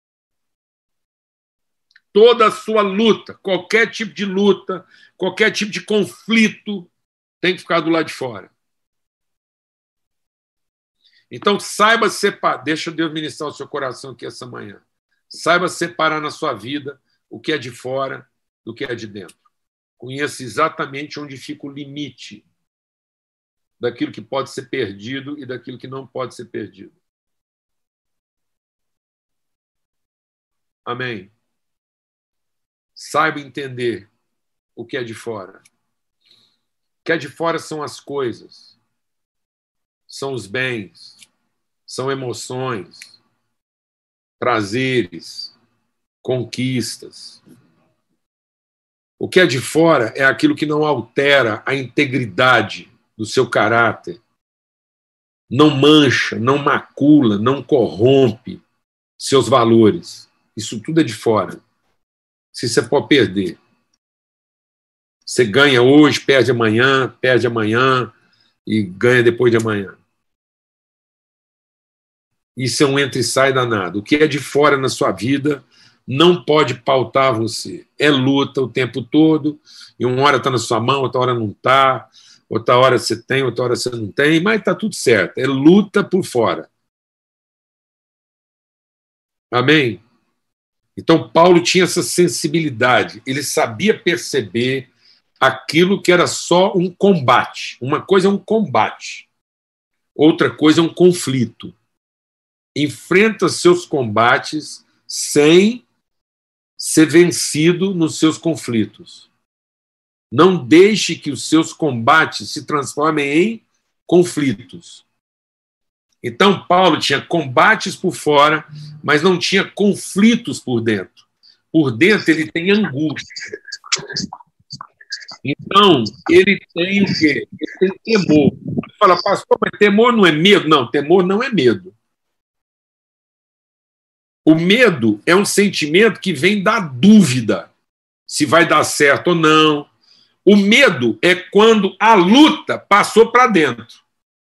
Toda a sua luta, qualquer tipo de luta, qualquer tipo de conflito, tem que ficar do lado de fora. Então, saiba separar, deixa Deus ministrar o seu coração aqui essa manhã. Saiba separar na sua vida o que é de fora do que é de dentro. Conheça exatamente onde fica o limite daquilo que pode ser perdido e daquilo que não pode ser perdido. Amém? Saiba entender o que é de fora. O que é de fora são as coisas, são os bens, são emoções, prazeres, conquistas. O que é de fora é aquilo que não altera a integridade do seu caráter, não mancha, não macula, não corrompe seus valores. Isso tudo é de fora. Se você pode perder. Você ganha hoje, perde amanhã e ganha depois de amanhã. Isso é um entra e sai danado. O que é de fora na sua vida não pode pautar você. É luta o tempo todo, e uma hora está na sua mão, outra hora não está, outra hora você tem, outra hora você não tem, mas está tudo certo. É luta por fora. Amém? Então, Paulo tinha essa sensibilidade. Ele sabia perceber aquilo que era só um combate. Uma coisa é um combate, outra coisa é um conflito. Enfrenta seus combates sem ser vencido nos seus conflitos. Não deixe que os seus combates se transformem em conflitos. Então, Paulo tinha combates por fora, mas não tinha conflitos por dentro. Por dentro, ele tem angústia. Então, ele tem o quê? Ele tem temor. Ele fala, pastor, mas temor não é medo? Não, temor não é medo. O medo é um sentimento que vem da dúvida se vai dar certo ou não. O medo é quando a luta passou para dentro.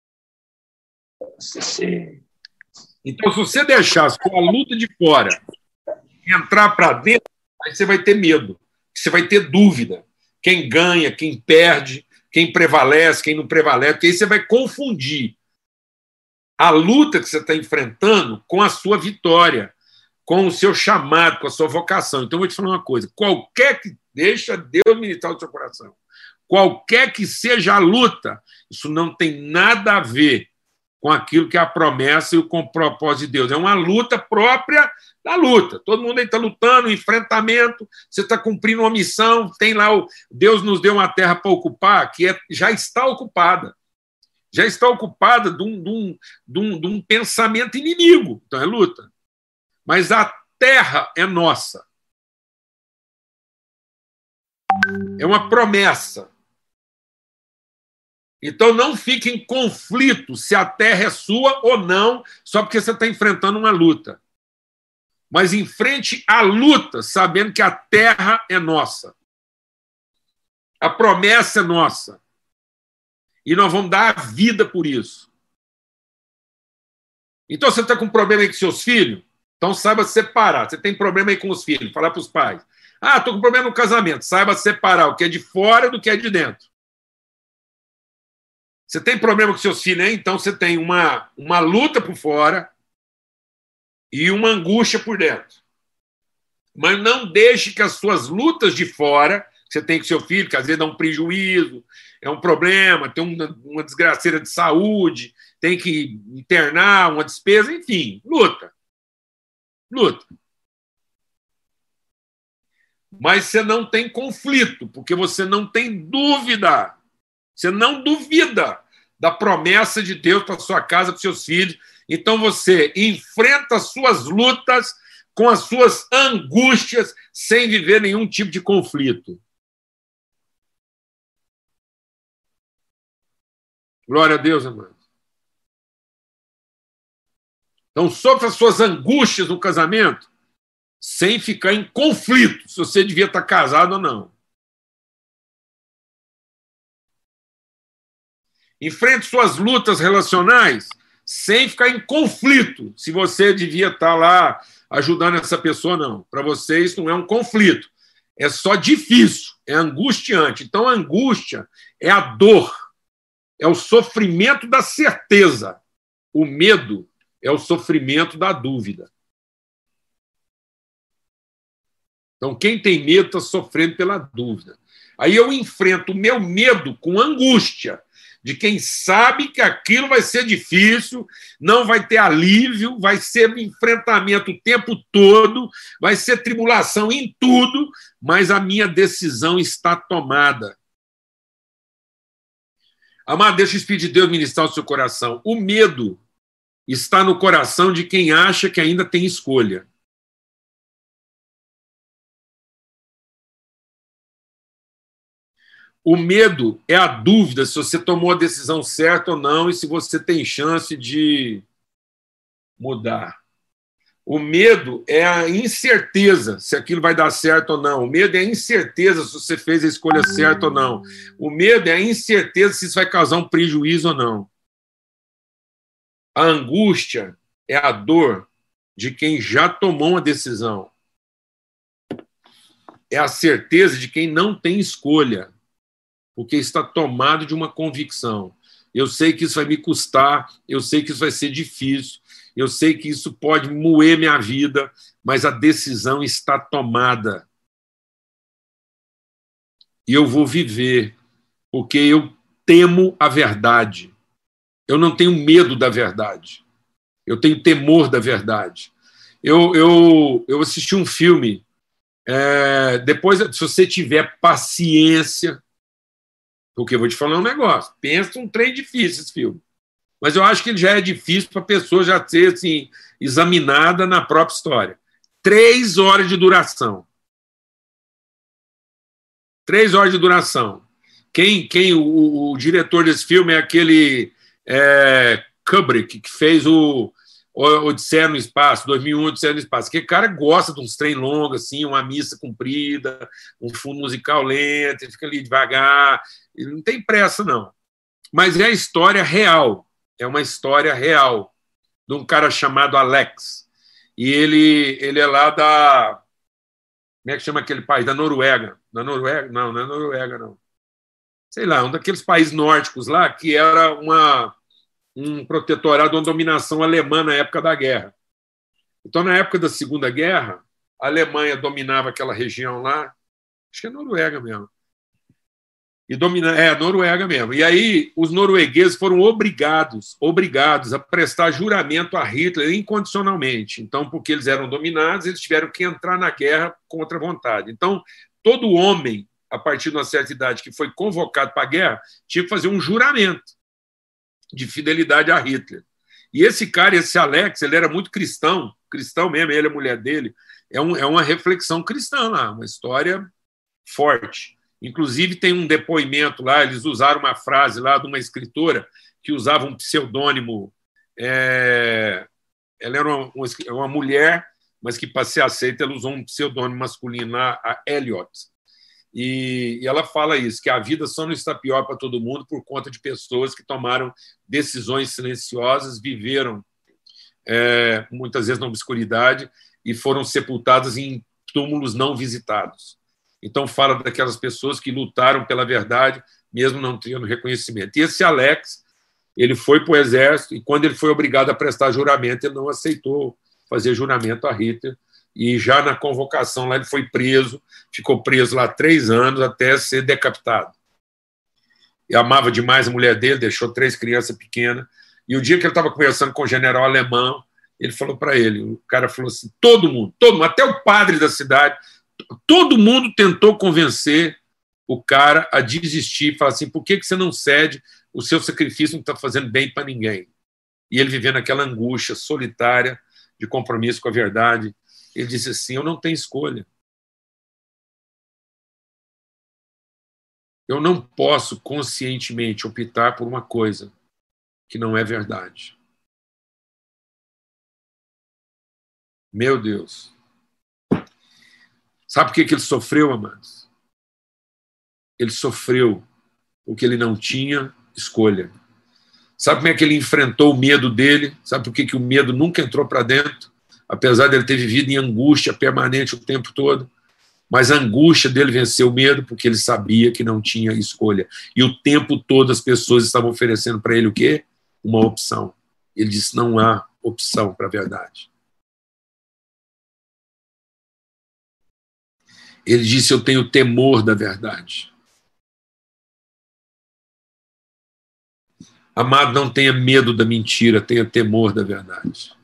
Então, se você deixar a sua luta de fora entrar para dentro, aí você vai ter medo, você vai ter dúvida. Quem ganha, quem perde, quem prevalece, quem não prevalece, porque aí você vai confundir a luta que você está enfrentando com a sua vitória, com o seu chamado, com a sua vocação. Então, eu vou te falar uma coisa, qualquer que... Deixa Deus ministrar o seu coração. Qualquer que seja a luta, isso não tem nada a ver com aquilo que é a promessa e o propósito de Deus. É uma luta própria da luta. Todo mundo aí está lutando, enfrentamento, você está cumprindo uma missão, tem lá Deus nos deu uma terra para ocupar, que já está ocupada. Já está ocupada de um pensamento inimigo. Então é luta. Mas a terra é nossa. É uma promessa. Então não fique em conflito se a terra é sua ou não, só porque você está enfrentando uma luta. Mas enfrente a luta sabendo que a terra é nossa. A promessa é nossa. E nós vamos dar a vida por isso. Então você está com problema aí com seus filhos? Então saiba separar. Você tem problema aí com os filhos, falar para os pais. Ah, estou com problema no casamento. Saiba separar o que é de fora do que é de dentro. Você tem problema com seus filhos, hein? Então você tem uma luta por fora e uma angústia por dentro. Mas não deixe que as suas lutas de fora, você tem com seu filho, que às vezes dá um prejuízo, é um problema, tem uma desgraceira de saúde, tem que internar, uma despesa, enfim, luta. Luta. Mas você não tem conflito, porque você não tem dúvida. Você não duvida da promessa de Deus para sua casa, para seus filhos. Então você enfrenta as suas lutas com as suas angústias, sem viver nenhum tipo de conflito. Glória a Deus, amado. Então, sofra as suas angústias no casamento, sem ficar em conflito, se você devia estar casado ou não. Enfrente suas lutas relacionais, sem ficar em conflito, se você devia estar lá ajudando essa pessoa ou não. Para você, isso não é um conflito. É só difícil, é angustiante. Então, a angústia é a dor, é o sofrimento da certeza. O medo é o sofrimento da dúvida. Então, quem tem medo está sofrendo pela dúvida. Aí eu enfrento o meu medo com angústia, de quem sabe que aquilo vai ser difícil, não vai ter alívio, vai ser enfrentamento o tempo todo, vai ser tribulação em tudo, mas a minha decisão está tomada. Amado, deixa o Espírito de Deus ministrar o seu coração. O medo está no coração de quem acha que ainda tem escolha. O medo é a dúvida se você tomou a decisão certa ou não e se você tem chance de mudar. O medo é a incerteza se aquilo vai dar certo ou não. O medo é a incerteza se você fez a escolha certa ou não. O medo é a incerteza se isso vai causar um prejuízo ou não. A angústia é a dor de quem já tomou uma decisão. É a certeza de quem não tem escolha, porque está tomado de uma convicção. Eu sei que isso vai me custar, eu sei que isso vai ser difícil, eu sei que isso pode moer minha vida, mas a decisão está tomada. E eu vou viver, porque eu temo a verdade. Eu não tenho medo da verdade. Eu tenho temor da verdade. Eu assisti um filme, depois, se você tiver paciência, porque eu vou te falar um negócio, pensa um trem difícil esse filme. Mas eu acho que ele já é difícil para a pessoa já ser assim, examinada na própria história. 3 horas de duração. 3 horas de duração. O diretor desse filme é aquele Kubrick, que fez o Odisseia no Espaço, 2001, Odisseia no Espaço. Aquele cara gosta de uns trem longos, assim, uma missa comprida, um fundo musical lento, ele fica ali devagar. Ele não tem pressa, não. Mas é a história real. É uma história real de um cara chamado Alex. E ele é lá da... Como é que chama aquele país? Da Noruega. Da Noruega? Não, não é Noruega, não. Sei lá, um daqueles países nórdicos lá que era um protetorado, uma dominação alemã na época da guerra. Então, na época da Segunda Guerra, a Alemanha dominava aquela região lá, acho que é Noruega mesmo. Noruega mesmo. E aí os noruegueses foram obrigados a prestar juramento a Hitler incondicionalmente. Então, porque eles eram dominados, eles tiveram que entrar na guerra contra a vontade. Então, todo homem, a partir de uma certa idade, que foi convocado para a guerra, tinha que fazer um juramento de fidelidade a Hitler. E esse cara, esse Alex, ele era muito cristão mesmo, ele e a mulher dele. É uma reflexão cristã lá, uma história forte. Inclusive, tem um depoimento lá, eles usaram uma frase lá de uma escritora que usava um pseudônimo. Ela era uma mulher, mas que, para ser aceita, ela usou um pseudônimo masculino lá, a Eliot. E ela fala isso, que a vida só não está pior para todo mundo por conta de pessoas que tomaram decisões silenciosas, viveram muitas vezes na obscuridade e foram sepultadas em túmulos não visitados. Então, fala daquelas pessoas que lutaram pela verdade, mesmo não tendo reconhecimento. E esse Alex, ele foi para o exército, e quando ele foi obrigado a prestar juramento, ele não aceitou fazer juramento a Hitler, E já na convocação lá ele foi preso, ficou preso lá 3 anos até ser decapitado. E amava demais a mulher dele, deixou 3 crianças pequenas. E o dia que ele estava conversando com o general alemão, ele falou para ele, o cara falou assim, todo mundo, até o padre da cidade, todo mundo tentou convencer o cara a desistir, falar assim, por que você não cede? O seu sacrifício não está fazendo bem para ninguém. E ele vivendo aquela angústia solitária de compromisso com a verdade, ele disse assim, eu não tenho escolha. Eu não posso conscientemente optar por uma coisa que não é verdade. Meu Deus. Sabe por que ele sofreu, amados? Ele sofreu porque ele não tinha escolha. Sabe como é que ele enfrentou o medo dele? Sabe por que o medo nunca entrou para dentro? Apesar dele ter vivido em angústia permanente o tempo todo. Mas a angústia dele venceu o medo porque ele sabia que não tinha escolha. E o tempo todo as pessoas estavam oferecendo para ele o quê? Uma opção. Ele disse, não há opção para a verdade. Ele disse, eu tenho temor da verdade. Amado, não tenha medo da mentira, tenha temor da verdade.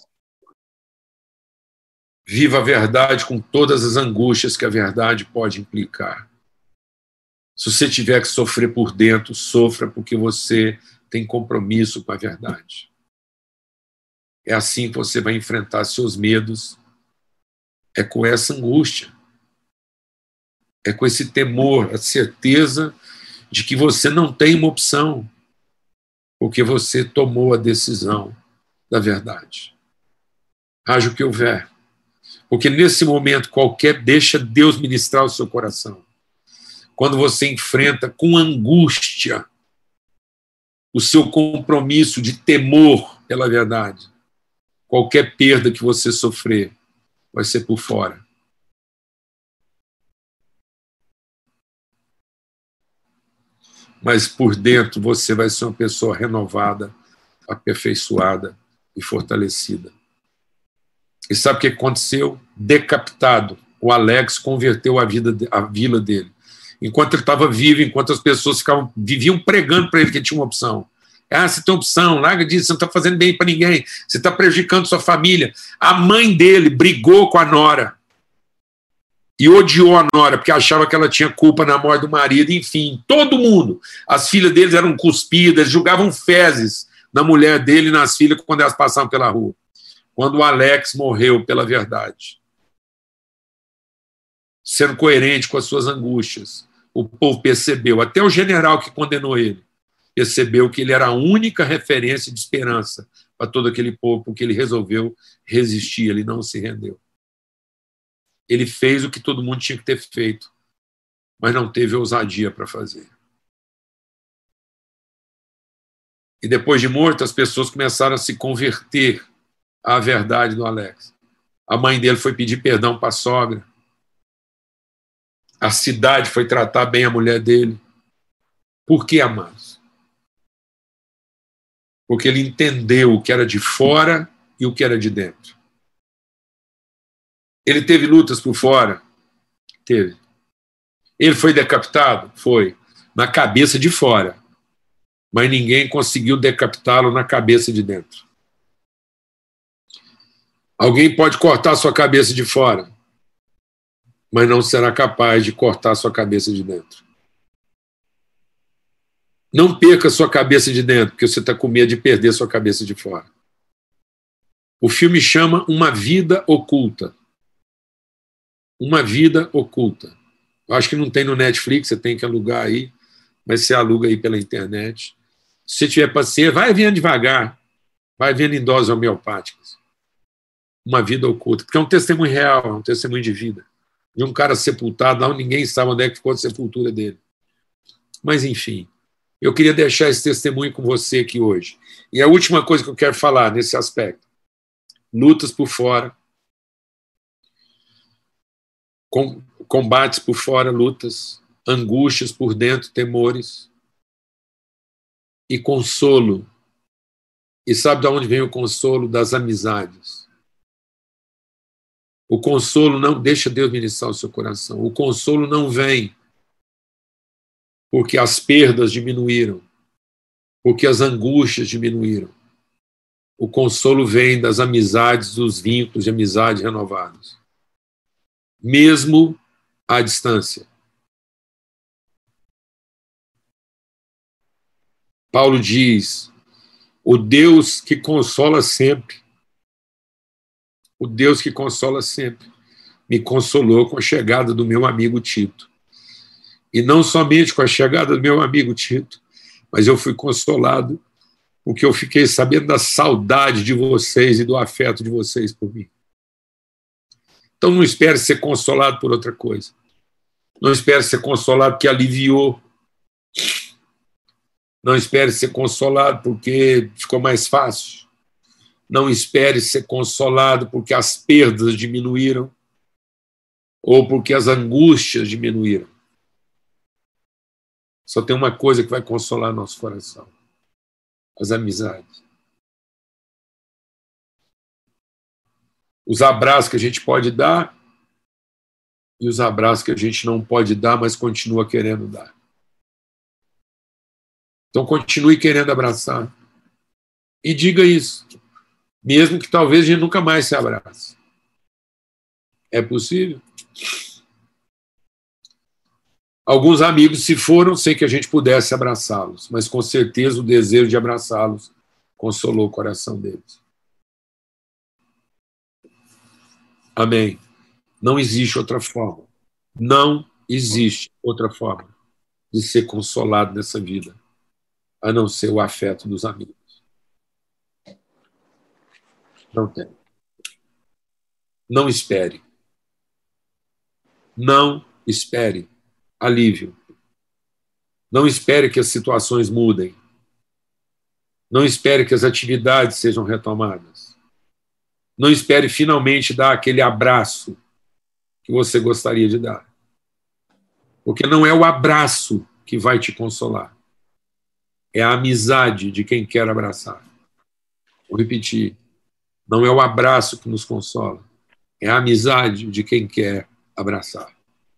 Viva a verdade com todas as angústias que a verdade pode implicar. Se você tiver que sofrer por dentro, sofra porque você tem compromisso com a verdade. É assim que você vai enfrentar seus medos. É com essa angústia. É com esse temor, a certeza de que você não tem uma opção, porque você tomou a decisão da verdade. Haja o que houver. Porque nesse momento qualquer, deixa Deus ministrar o seu coração. Quando você enfrenta com angústia o seu compromisso de temor pela verdade, qualquer perda que você sofrer vai ser por fora. Mas por dentro você vai ser uma pessoa renovada, aperfeiçoada e fortalecida. E sabe o que aconteceu? Decapitado, o Alex converteu a vila dele. Enquanto ele estava vivo, enquanto as pessoas viviam pregando para ele que tinha uma opção. Ah, você tem opção, larga disso, você não está fazendo bem para ninguém, você está prejudicando sua família. A mãe dele brigou com a nora e odiou a nora, porque achava que ela tinha culpa na morte do marido, enfim, todo mundo. As filhas deles eram cuspidas, jogavam fezes na mulher dele e nas filhas quando elas passavam pela rua. Quando o Alex morreu pela verdade, sendo coerente com as suas angústias, o povo percebeu, até o general que condenou ele, percebeu que ele era a única referência de esperança para todo aquele povo, porque ele resolveu resistir, ele não se rendeu. Ele fez o que todo mundo tinha que ter feito, mas não teve ousadia para fazer. E depois de morto, as pessoas começaram a se converter à verdade do Alex. A mãe dele foi pedir perdão para a sogra. A cidade foi tratar bem a mulher dele. Por que, amados? Porque ele entendeu o que era de fora e o que era de dentro. Ele teve lutas por fora? Teve. Ele foi decapitado? Foi. Na cabeça de fora. Mas ninguém conseguiu decapitá-lo na cabeça de dentro. Alguém pode cortar sua cabeça de fora, mas não será capaz de cortar sua cabeça de dentro. Não perca sua cabeça de dentro, porque você está com medo de perder sua cabeça de fora. O filme chama Uma Vida Oculta. Uma Vida Oculta. Eu acho que não tem no Netflix, você tem que alugar aí, mas você aluga aí pela internet. Se você tiver paciência, vai vendo devagar, vai vendo em doses homeopáticas. Uma Vida Oculta, porque é um testemunho real, é um testemunho de vida. De um cara sepultado lá onde ninguém sabe onde é que ficou a sepultura dele. Mas, enfim, eu queria deixar esse testemunho com você aqui hoje. E a última coisa que eu quero falar nesse aspecto. Lutas por fora. Combates por fora, lutas. Angústias por dentro, temores. E consolo. E sabe de onde vem o consolo? Das amizades. O consolo não deixa Deus ministrar o seu coração. O consolo não vem porque as perdas diminuíram, porque as angústias diminuíram. O consolo vem das amizades, dos vínculos de amizade renovados, mesmo à distância. Paulo diz: o Deus que consola sempre, o Deus que consola sempre, me consolou com a chegada do meu amigo Tito. E não somente com a chegada do meu amigo Tito, mas eu fui consolado porque eu fiquei sabendo da saudade de vocês e do afeto de vocês por mim. Então não espere ser consolado por outra coisa. Não espere ser consolado porque aliviou. Não espere ser consolado porque ficou mais fácil. Não espere ser consolado porque as perdas diminuíram ou porque as angústias diminuíram. Só tem uma coisa que vai consolar nosso coração: as amizades. Os abraços que a gente pode dar e os abraços que a gente não pode dar, mas continua querendo dar. Então continue querendo abraçar. E diga isso, mesmo que talvez a gente nunca mais se abrace. É possível? Alguns amigos se foram sem que a gente pudesse abraçá-los, mas com certeza o desejo de abraçá-los consolou o coração deles. Amém. Não existe outra forma. Não existe outra forma de ser consolado nessa vida, a não ser o afeto dos amigos. Não tem. Não espere. Não espere alívio. Não espere que as situações mudem. Não espere que as atividades sejam retomadas. Não espere finalmente dar aquele abraço que você gostaria de dar. Porque não é o abraço que vai te consolar. É a amizade de quem quer abraçar. Vou repetir. Não é o abraço que nos consola. É a amizade de quem quer abraçar.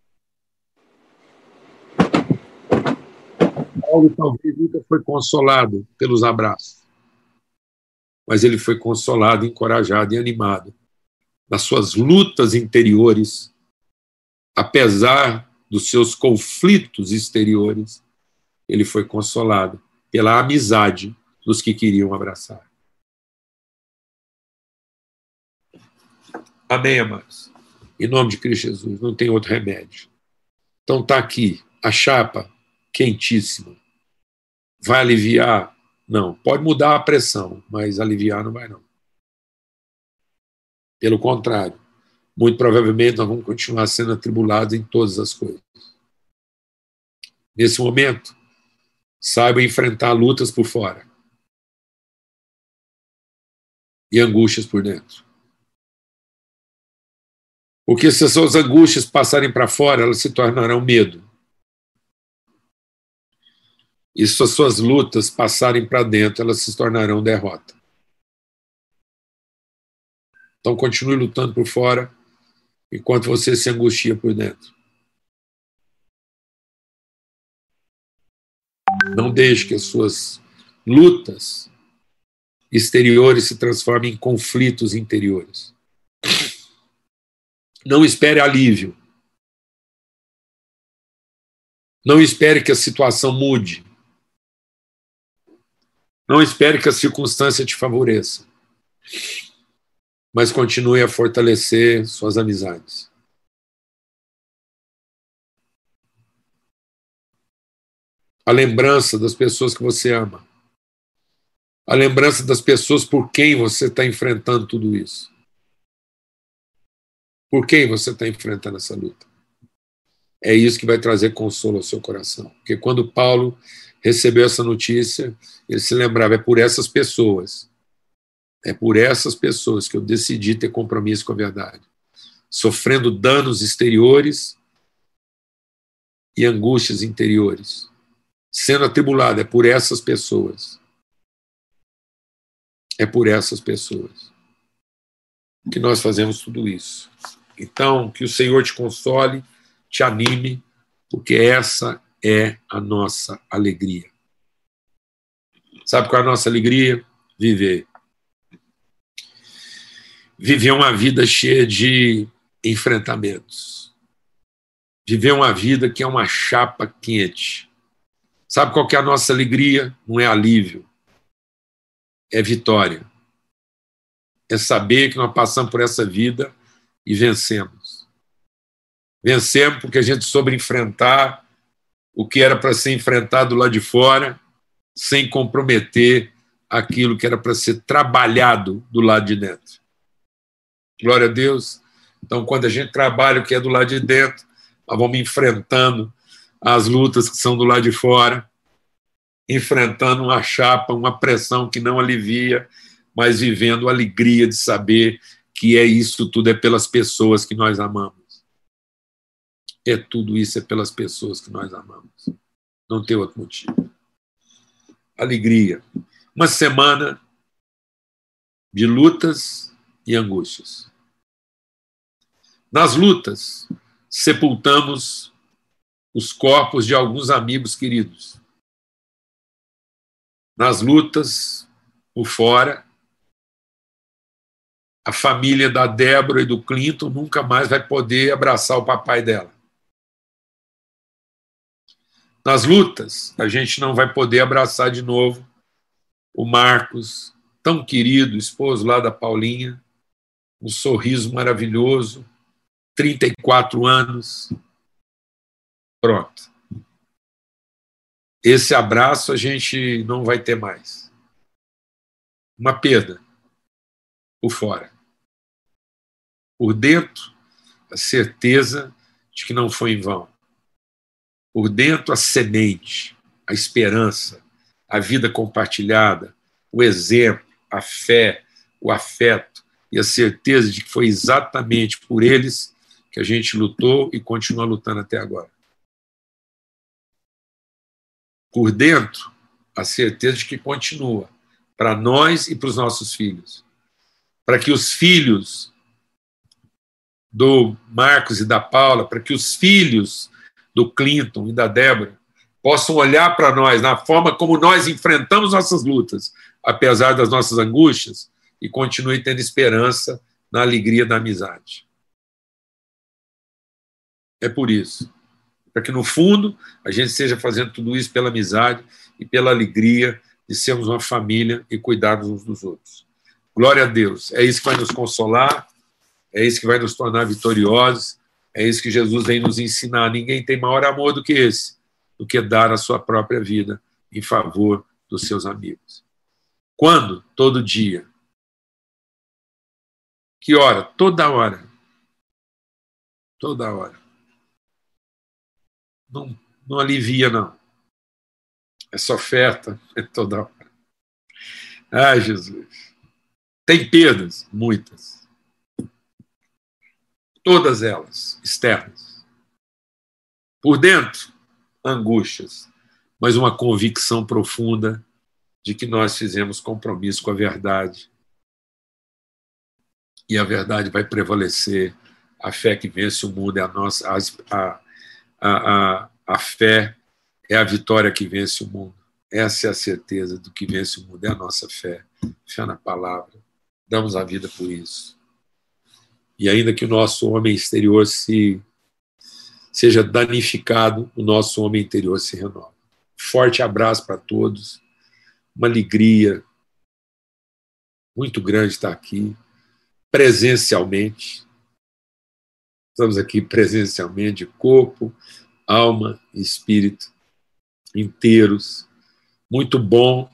Paulo talvez nunca foi consolado pelos abraços, mas ele foi consolado, encorajado e animado nas suas lutas interiores, apesar dos seus conflitos exteriores. Ele foi consolado pela amizade dos que queriam abraçar. Amém, amados? Em nome de Cristo Jesus, não tem outro remédio. Então está aqui a chapa quentíssima. Vai aliviar? Não. Pode mudar a pressão, mas aliviar não vai, não. Pelo contrário, muito provavelmente nós vamos continuar sendo atribulados em todas as coisas. Nesse momento, saiba enfrentar lutas por fora e angústias por dentro. Porque se as suas angústias passarem para fora, elas se tornarão medo. E se as suas lutas passarem para dentro, elas se tornarão derrota. Então continue lutando por fora, enquanto você se angustia por dentro. Não deixe que as suas lutas exteriores se transformem em conflitos interiores. Não espere alívio. Não espere que a situação mude. Não espere que a circunstância te favoreça. Mas continue a fortalecer suas amizades. A lembrança das pessoas que você ama. A lembrança das pessoas por quem você está enfrentando tudo isso. Por quem você está enfrentando essa luta? É isso que vai trazer consolo ao seu coração. Porque quando Paulo recebeu essa notícia, ele se lembrava, é por essas pessoas que eu decidi ter compromisso com a verdade. Sofrendo danos exteriores e angústias interiores. Sendo atribulado, é por essas pessoas. É por essas pessoas que nós fazemos tudo isso. Então, que o Senhor te console, te anime, porque essa é a nossa alegria. Sabe qual é a nossa alegria? Viver. Viver uma vida cheia de enfrentamentos. Viver uma vida que é uma chapa quente. Sabe qual que é a nossa alegria? Não é alívio. É vitória. É saber que nós passamos por essa vida e vencemos. Vencemos porque a gente soube enfrentar o que era para ser enfrentado lá de fora, sem comprometer aquilo que era para ser trabalhado do lado de dentro. Glória a Deus. Então, quando a gente trabalha o que é do lado de dentro, nós vamos enfrentando as lutas que são do lado de fora, enfrentando uma chapa, uma pressão que não alivia, mas vivendo a alegria de saber que isso tudo é pelas pessoas que nós amamos. Tudo isso é pelas pessoas que nós amamos. Não tem outro motivo. Alegria. Uma semana de lutas e angústias. Nas lutas, sepultamos os corpos de alguns amigos queridos. Nas lutas, por fora, a família da Débora e do Clinton nunca mais vai poder abraçar o papai dela. Nas lutas, a gente não vai poder abraçar de novo o Marcos, tão querido, esposo lá da Paulinha, um sorriso maravilhoso, 34 anos. Pronto. Esse abraço a gente não vai ter mais. Uma perda. Por fora. Por dentro, a certeza de que não foi em vão. Por dentro, a semente, a esperança, a vida compartilhada, o exemplo, a fé, o afeto e a certeza de que foi exatamente por eles que a gente lutou e continua lutando até agora. Por dentro, a certeza de que continua para nós e para os nossos filhos. Para que os filhos do Marcos e da Paula, para que os filhos do Clinton e da Débora possam olhar para nós na forma como nós enfrentamos nossas lutas, apesar das nossas angústias, e continue tendo esperança na alegria da amizade. É por isso. Para que, no fundo, a gente esteja fazendo tudo isso pela amizade e pela alegria de sermos uma família e cuidarmos uns dos outros. Glória a Deus. É isso que vai nos consolar, é isso que vai nos tornar vitoriosos, é isso que Jesus vem nos ensinar. Ninguém tem maior amor do que esse, do que dar a sua própria vida em favor dos seus amigos. Quando? Todo dia. Que hora? Toda hora. Toda hora. Não alivia, não. Essa oferta é toda hora. Ai, Jesus. Tem perdas? Muitas. Todas elas, externas. Por dentro, angústias, mas uma convicção profunda de que nós fizemos compromisso com a verdade. E a verdade vai prevalecer. A fé que vence o mundo é a nossa... A fé é a vitória que vence o mundo. Essa é a certeza do que vence o mundo, é a nossa fé. Fé na palavra. Damos a vida por isso. E ainda que o nosso homem exterior seja danificado, o nosso homem interior se renova. Forte abraço para todos. Uma alegria muito grande estar aqui, presencialmente. Estamos aqui presencialmente, de corpo, alma e espírito, inteiros. Muito bom.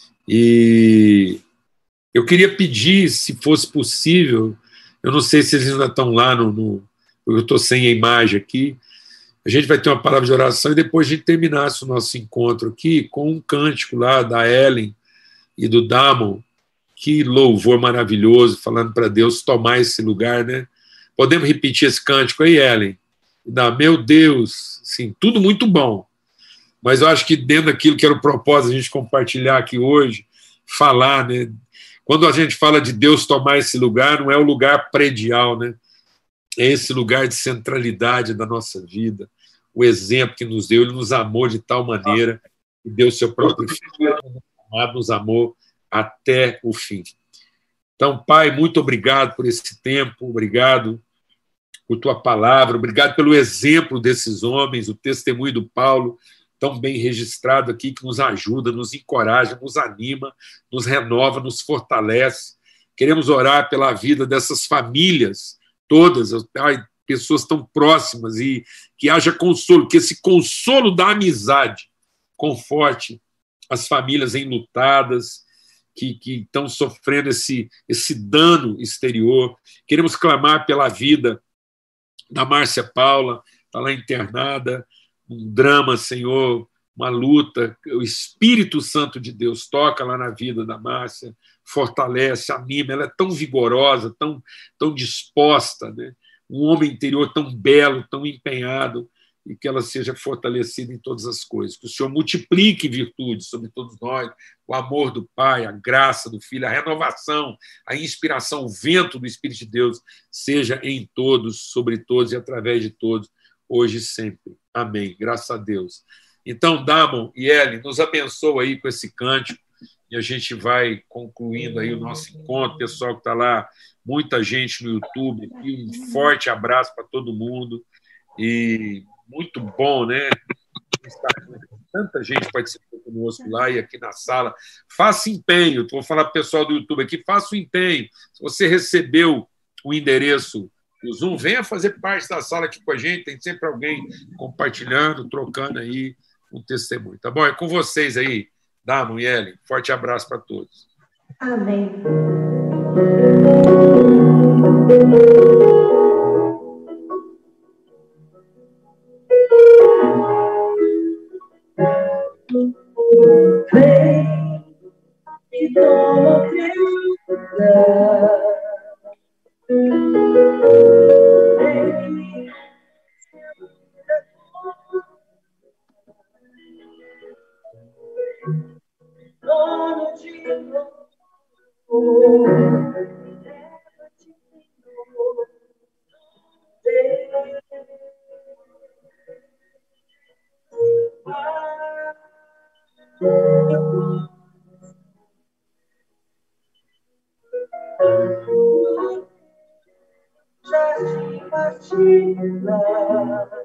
E eu queria pedir, se fosse possível, eu não sei se eles ainda estão lá, eu estou sem a imagem aqui, a gente vai ter uma palavra de oração e depois a gente terminasse o nosso encontro aqui com um cântico lá da Ellen e do Damon. Que louvor maravilhoso, falando para Deus tomar esse lugar, né? Podemos repetir esse cântico aí, Ellen? Meu Deus, sim, tudo muito bom. Mas eu acho que dentro daquilo que era o propósito a gente compartilhar aqui hoje, falar, né? Quando a gente fala de Deus tomar esse lugar, não é o lugar predial, né? é esse lugar de centralidade da nossa vida, o exemplo que nos deu. Ele nos amou de tal maneira que deu seu próprio filho, nos amou até o fim. Então, Pai, muito obrigado por esse tempo, obrigado por tua palavra, obrigado pelo exemplo desses homens, o testemunho do Paulo, tão bem registrado aqui, que nos ajuda, nos encoraja, nos anima, nos renova, nos fortalece. Queremos orar pela vida dessas famílias todas, pessoas tão próximas, e que haja consolo, que esse consolo da amizade conforte as famílias enlutadas, que estão sofrendo esse dano exterior. Queremos clamar pela vida da Márcia Paula, está lá internada, um drama, Senhor, uma luta. O Espírito Santo de Deus toca lá na vida da Márcia, fortalece, anima. Ela é tão vigorosa, tão disposta, né? Um homem interior tão belo, tão empenhado, e que ela seja fortalecida em todas as coisas. Que o Senhor multiplique virtudes sobre todos nós, o amor do Pai, a graça do Filho, a renovação, a inspiração, o vento do Espírito de Deus seja em todos, sobre todos e através de todos, hoje e sempre. Amém. Graças a Deus. Então, Damon e Ellen, nos abençoa aí com esse cântico, e a gente vai concluindo aí o nosso encontro. Pessoal que está lá, muita gente no YouTube, e um forte abraço para todo mundo. E muito bom, né? Tanta gente participou conosco lá e aqui na sala. Faça empenho, vou falar para o pessoal do YouTube aqui, faça o empenho. Se você recebeu o endereço do Zoom, venha fazer parte da sala aqui com a gente, tem sempre alguém compartilhando, trocando aí um testemunho, tá bom? É com vocês aí, Damon e Ellen. Forte abraço para todos. Amém. Vem e toma teu lugar. Vem, dono de amor, leva-te, Senhor. Jardim particular,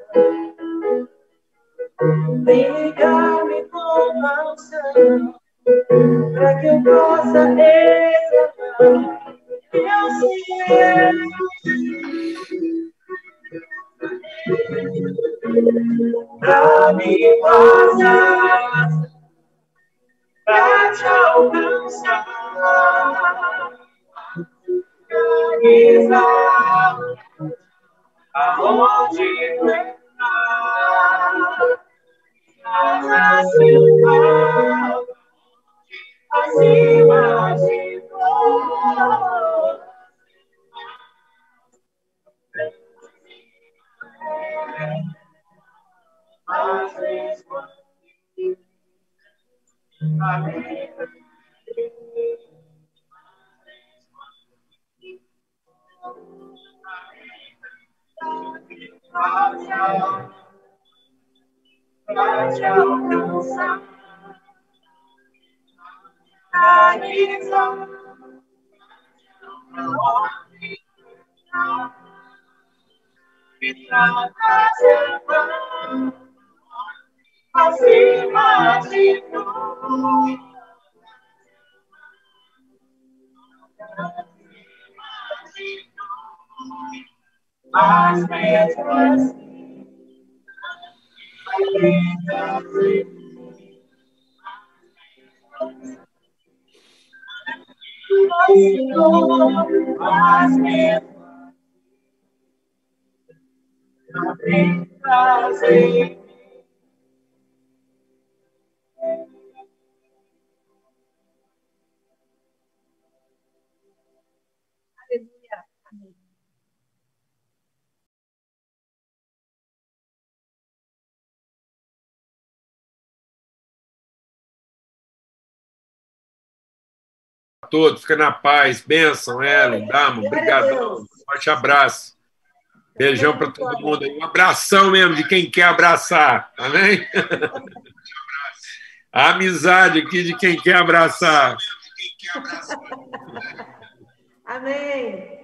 vem ligar-me com a unção, para que eu possa exalar meu ser. Dá-me forças para te alcançar, organizar aonde tu estás, acima de tudo. Pra te alcançar, realizar, me trazer acima de tudo. Mas mesmo assim, Senhor, mas mesmo assim, prazer. Aleluia. Amém. Todos, fica na paz. Bênção, Ellen, Damon, obrigado. Forte abraço. Beijão para todo mundo. Um abração mesmo de quem quer abraçar. Amém? A amizade aqui de quem quer abraçar. Amém.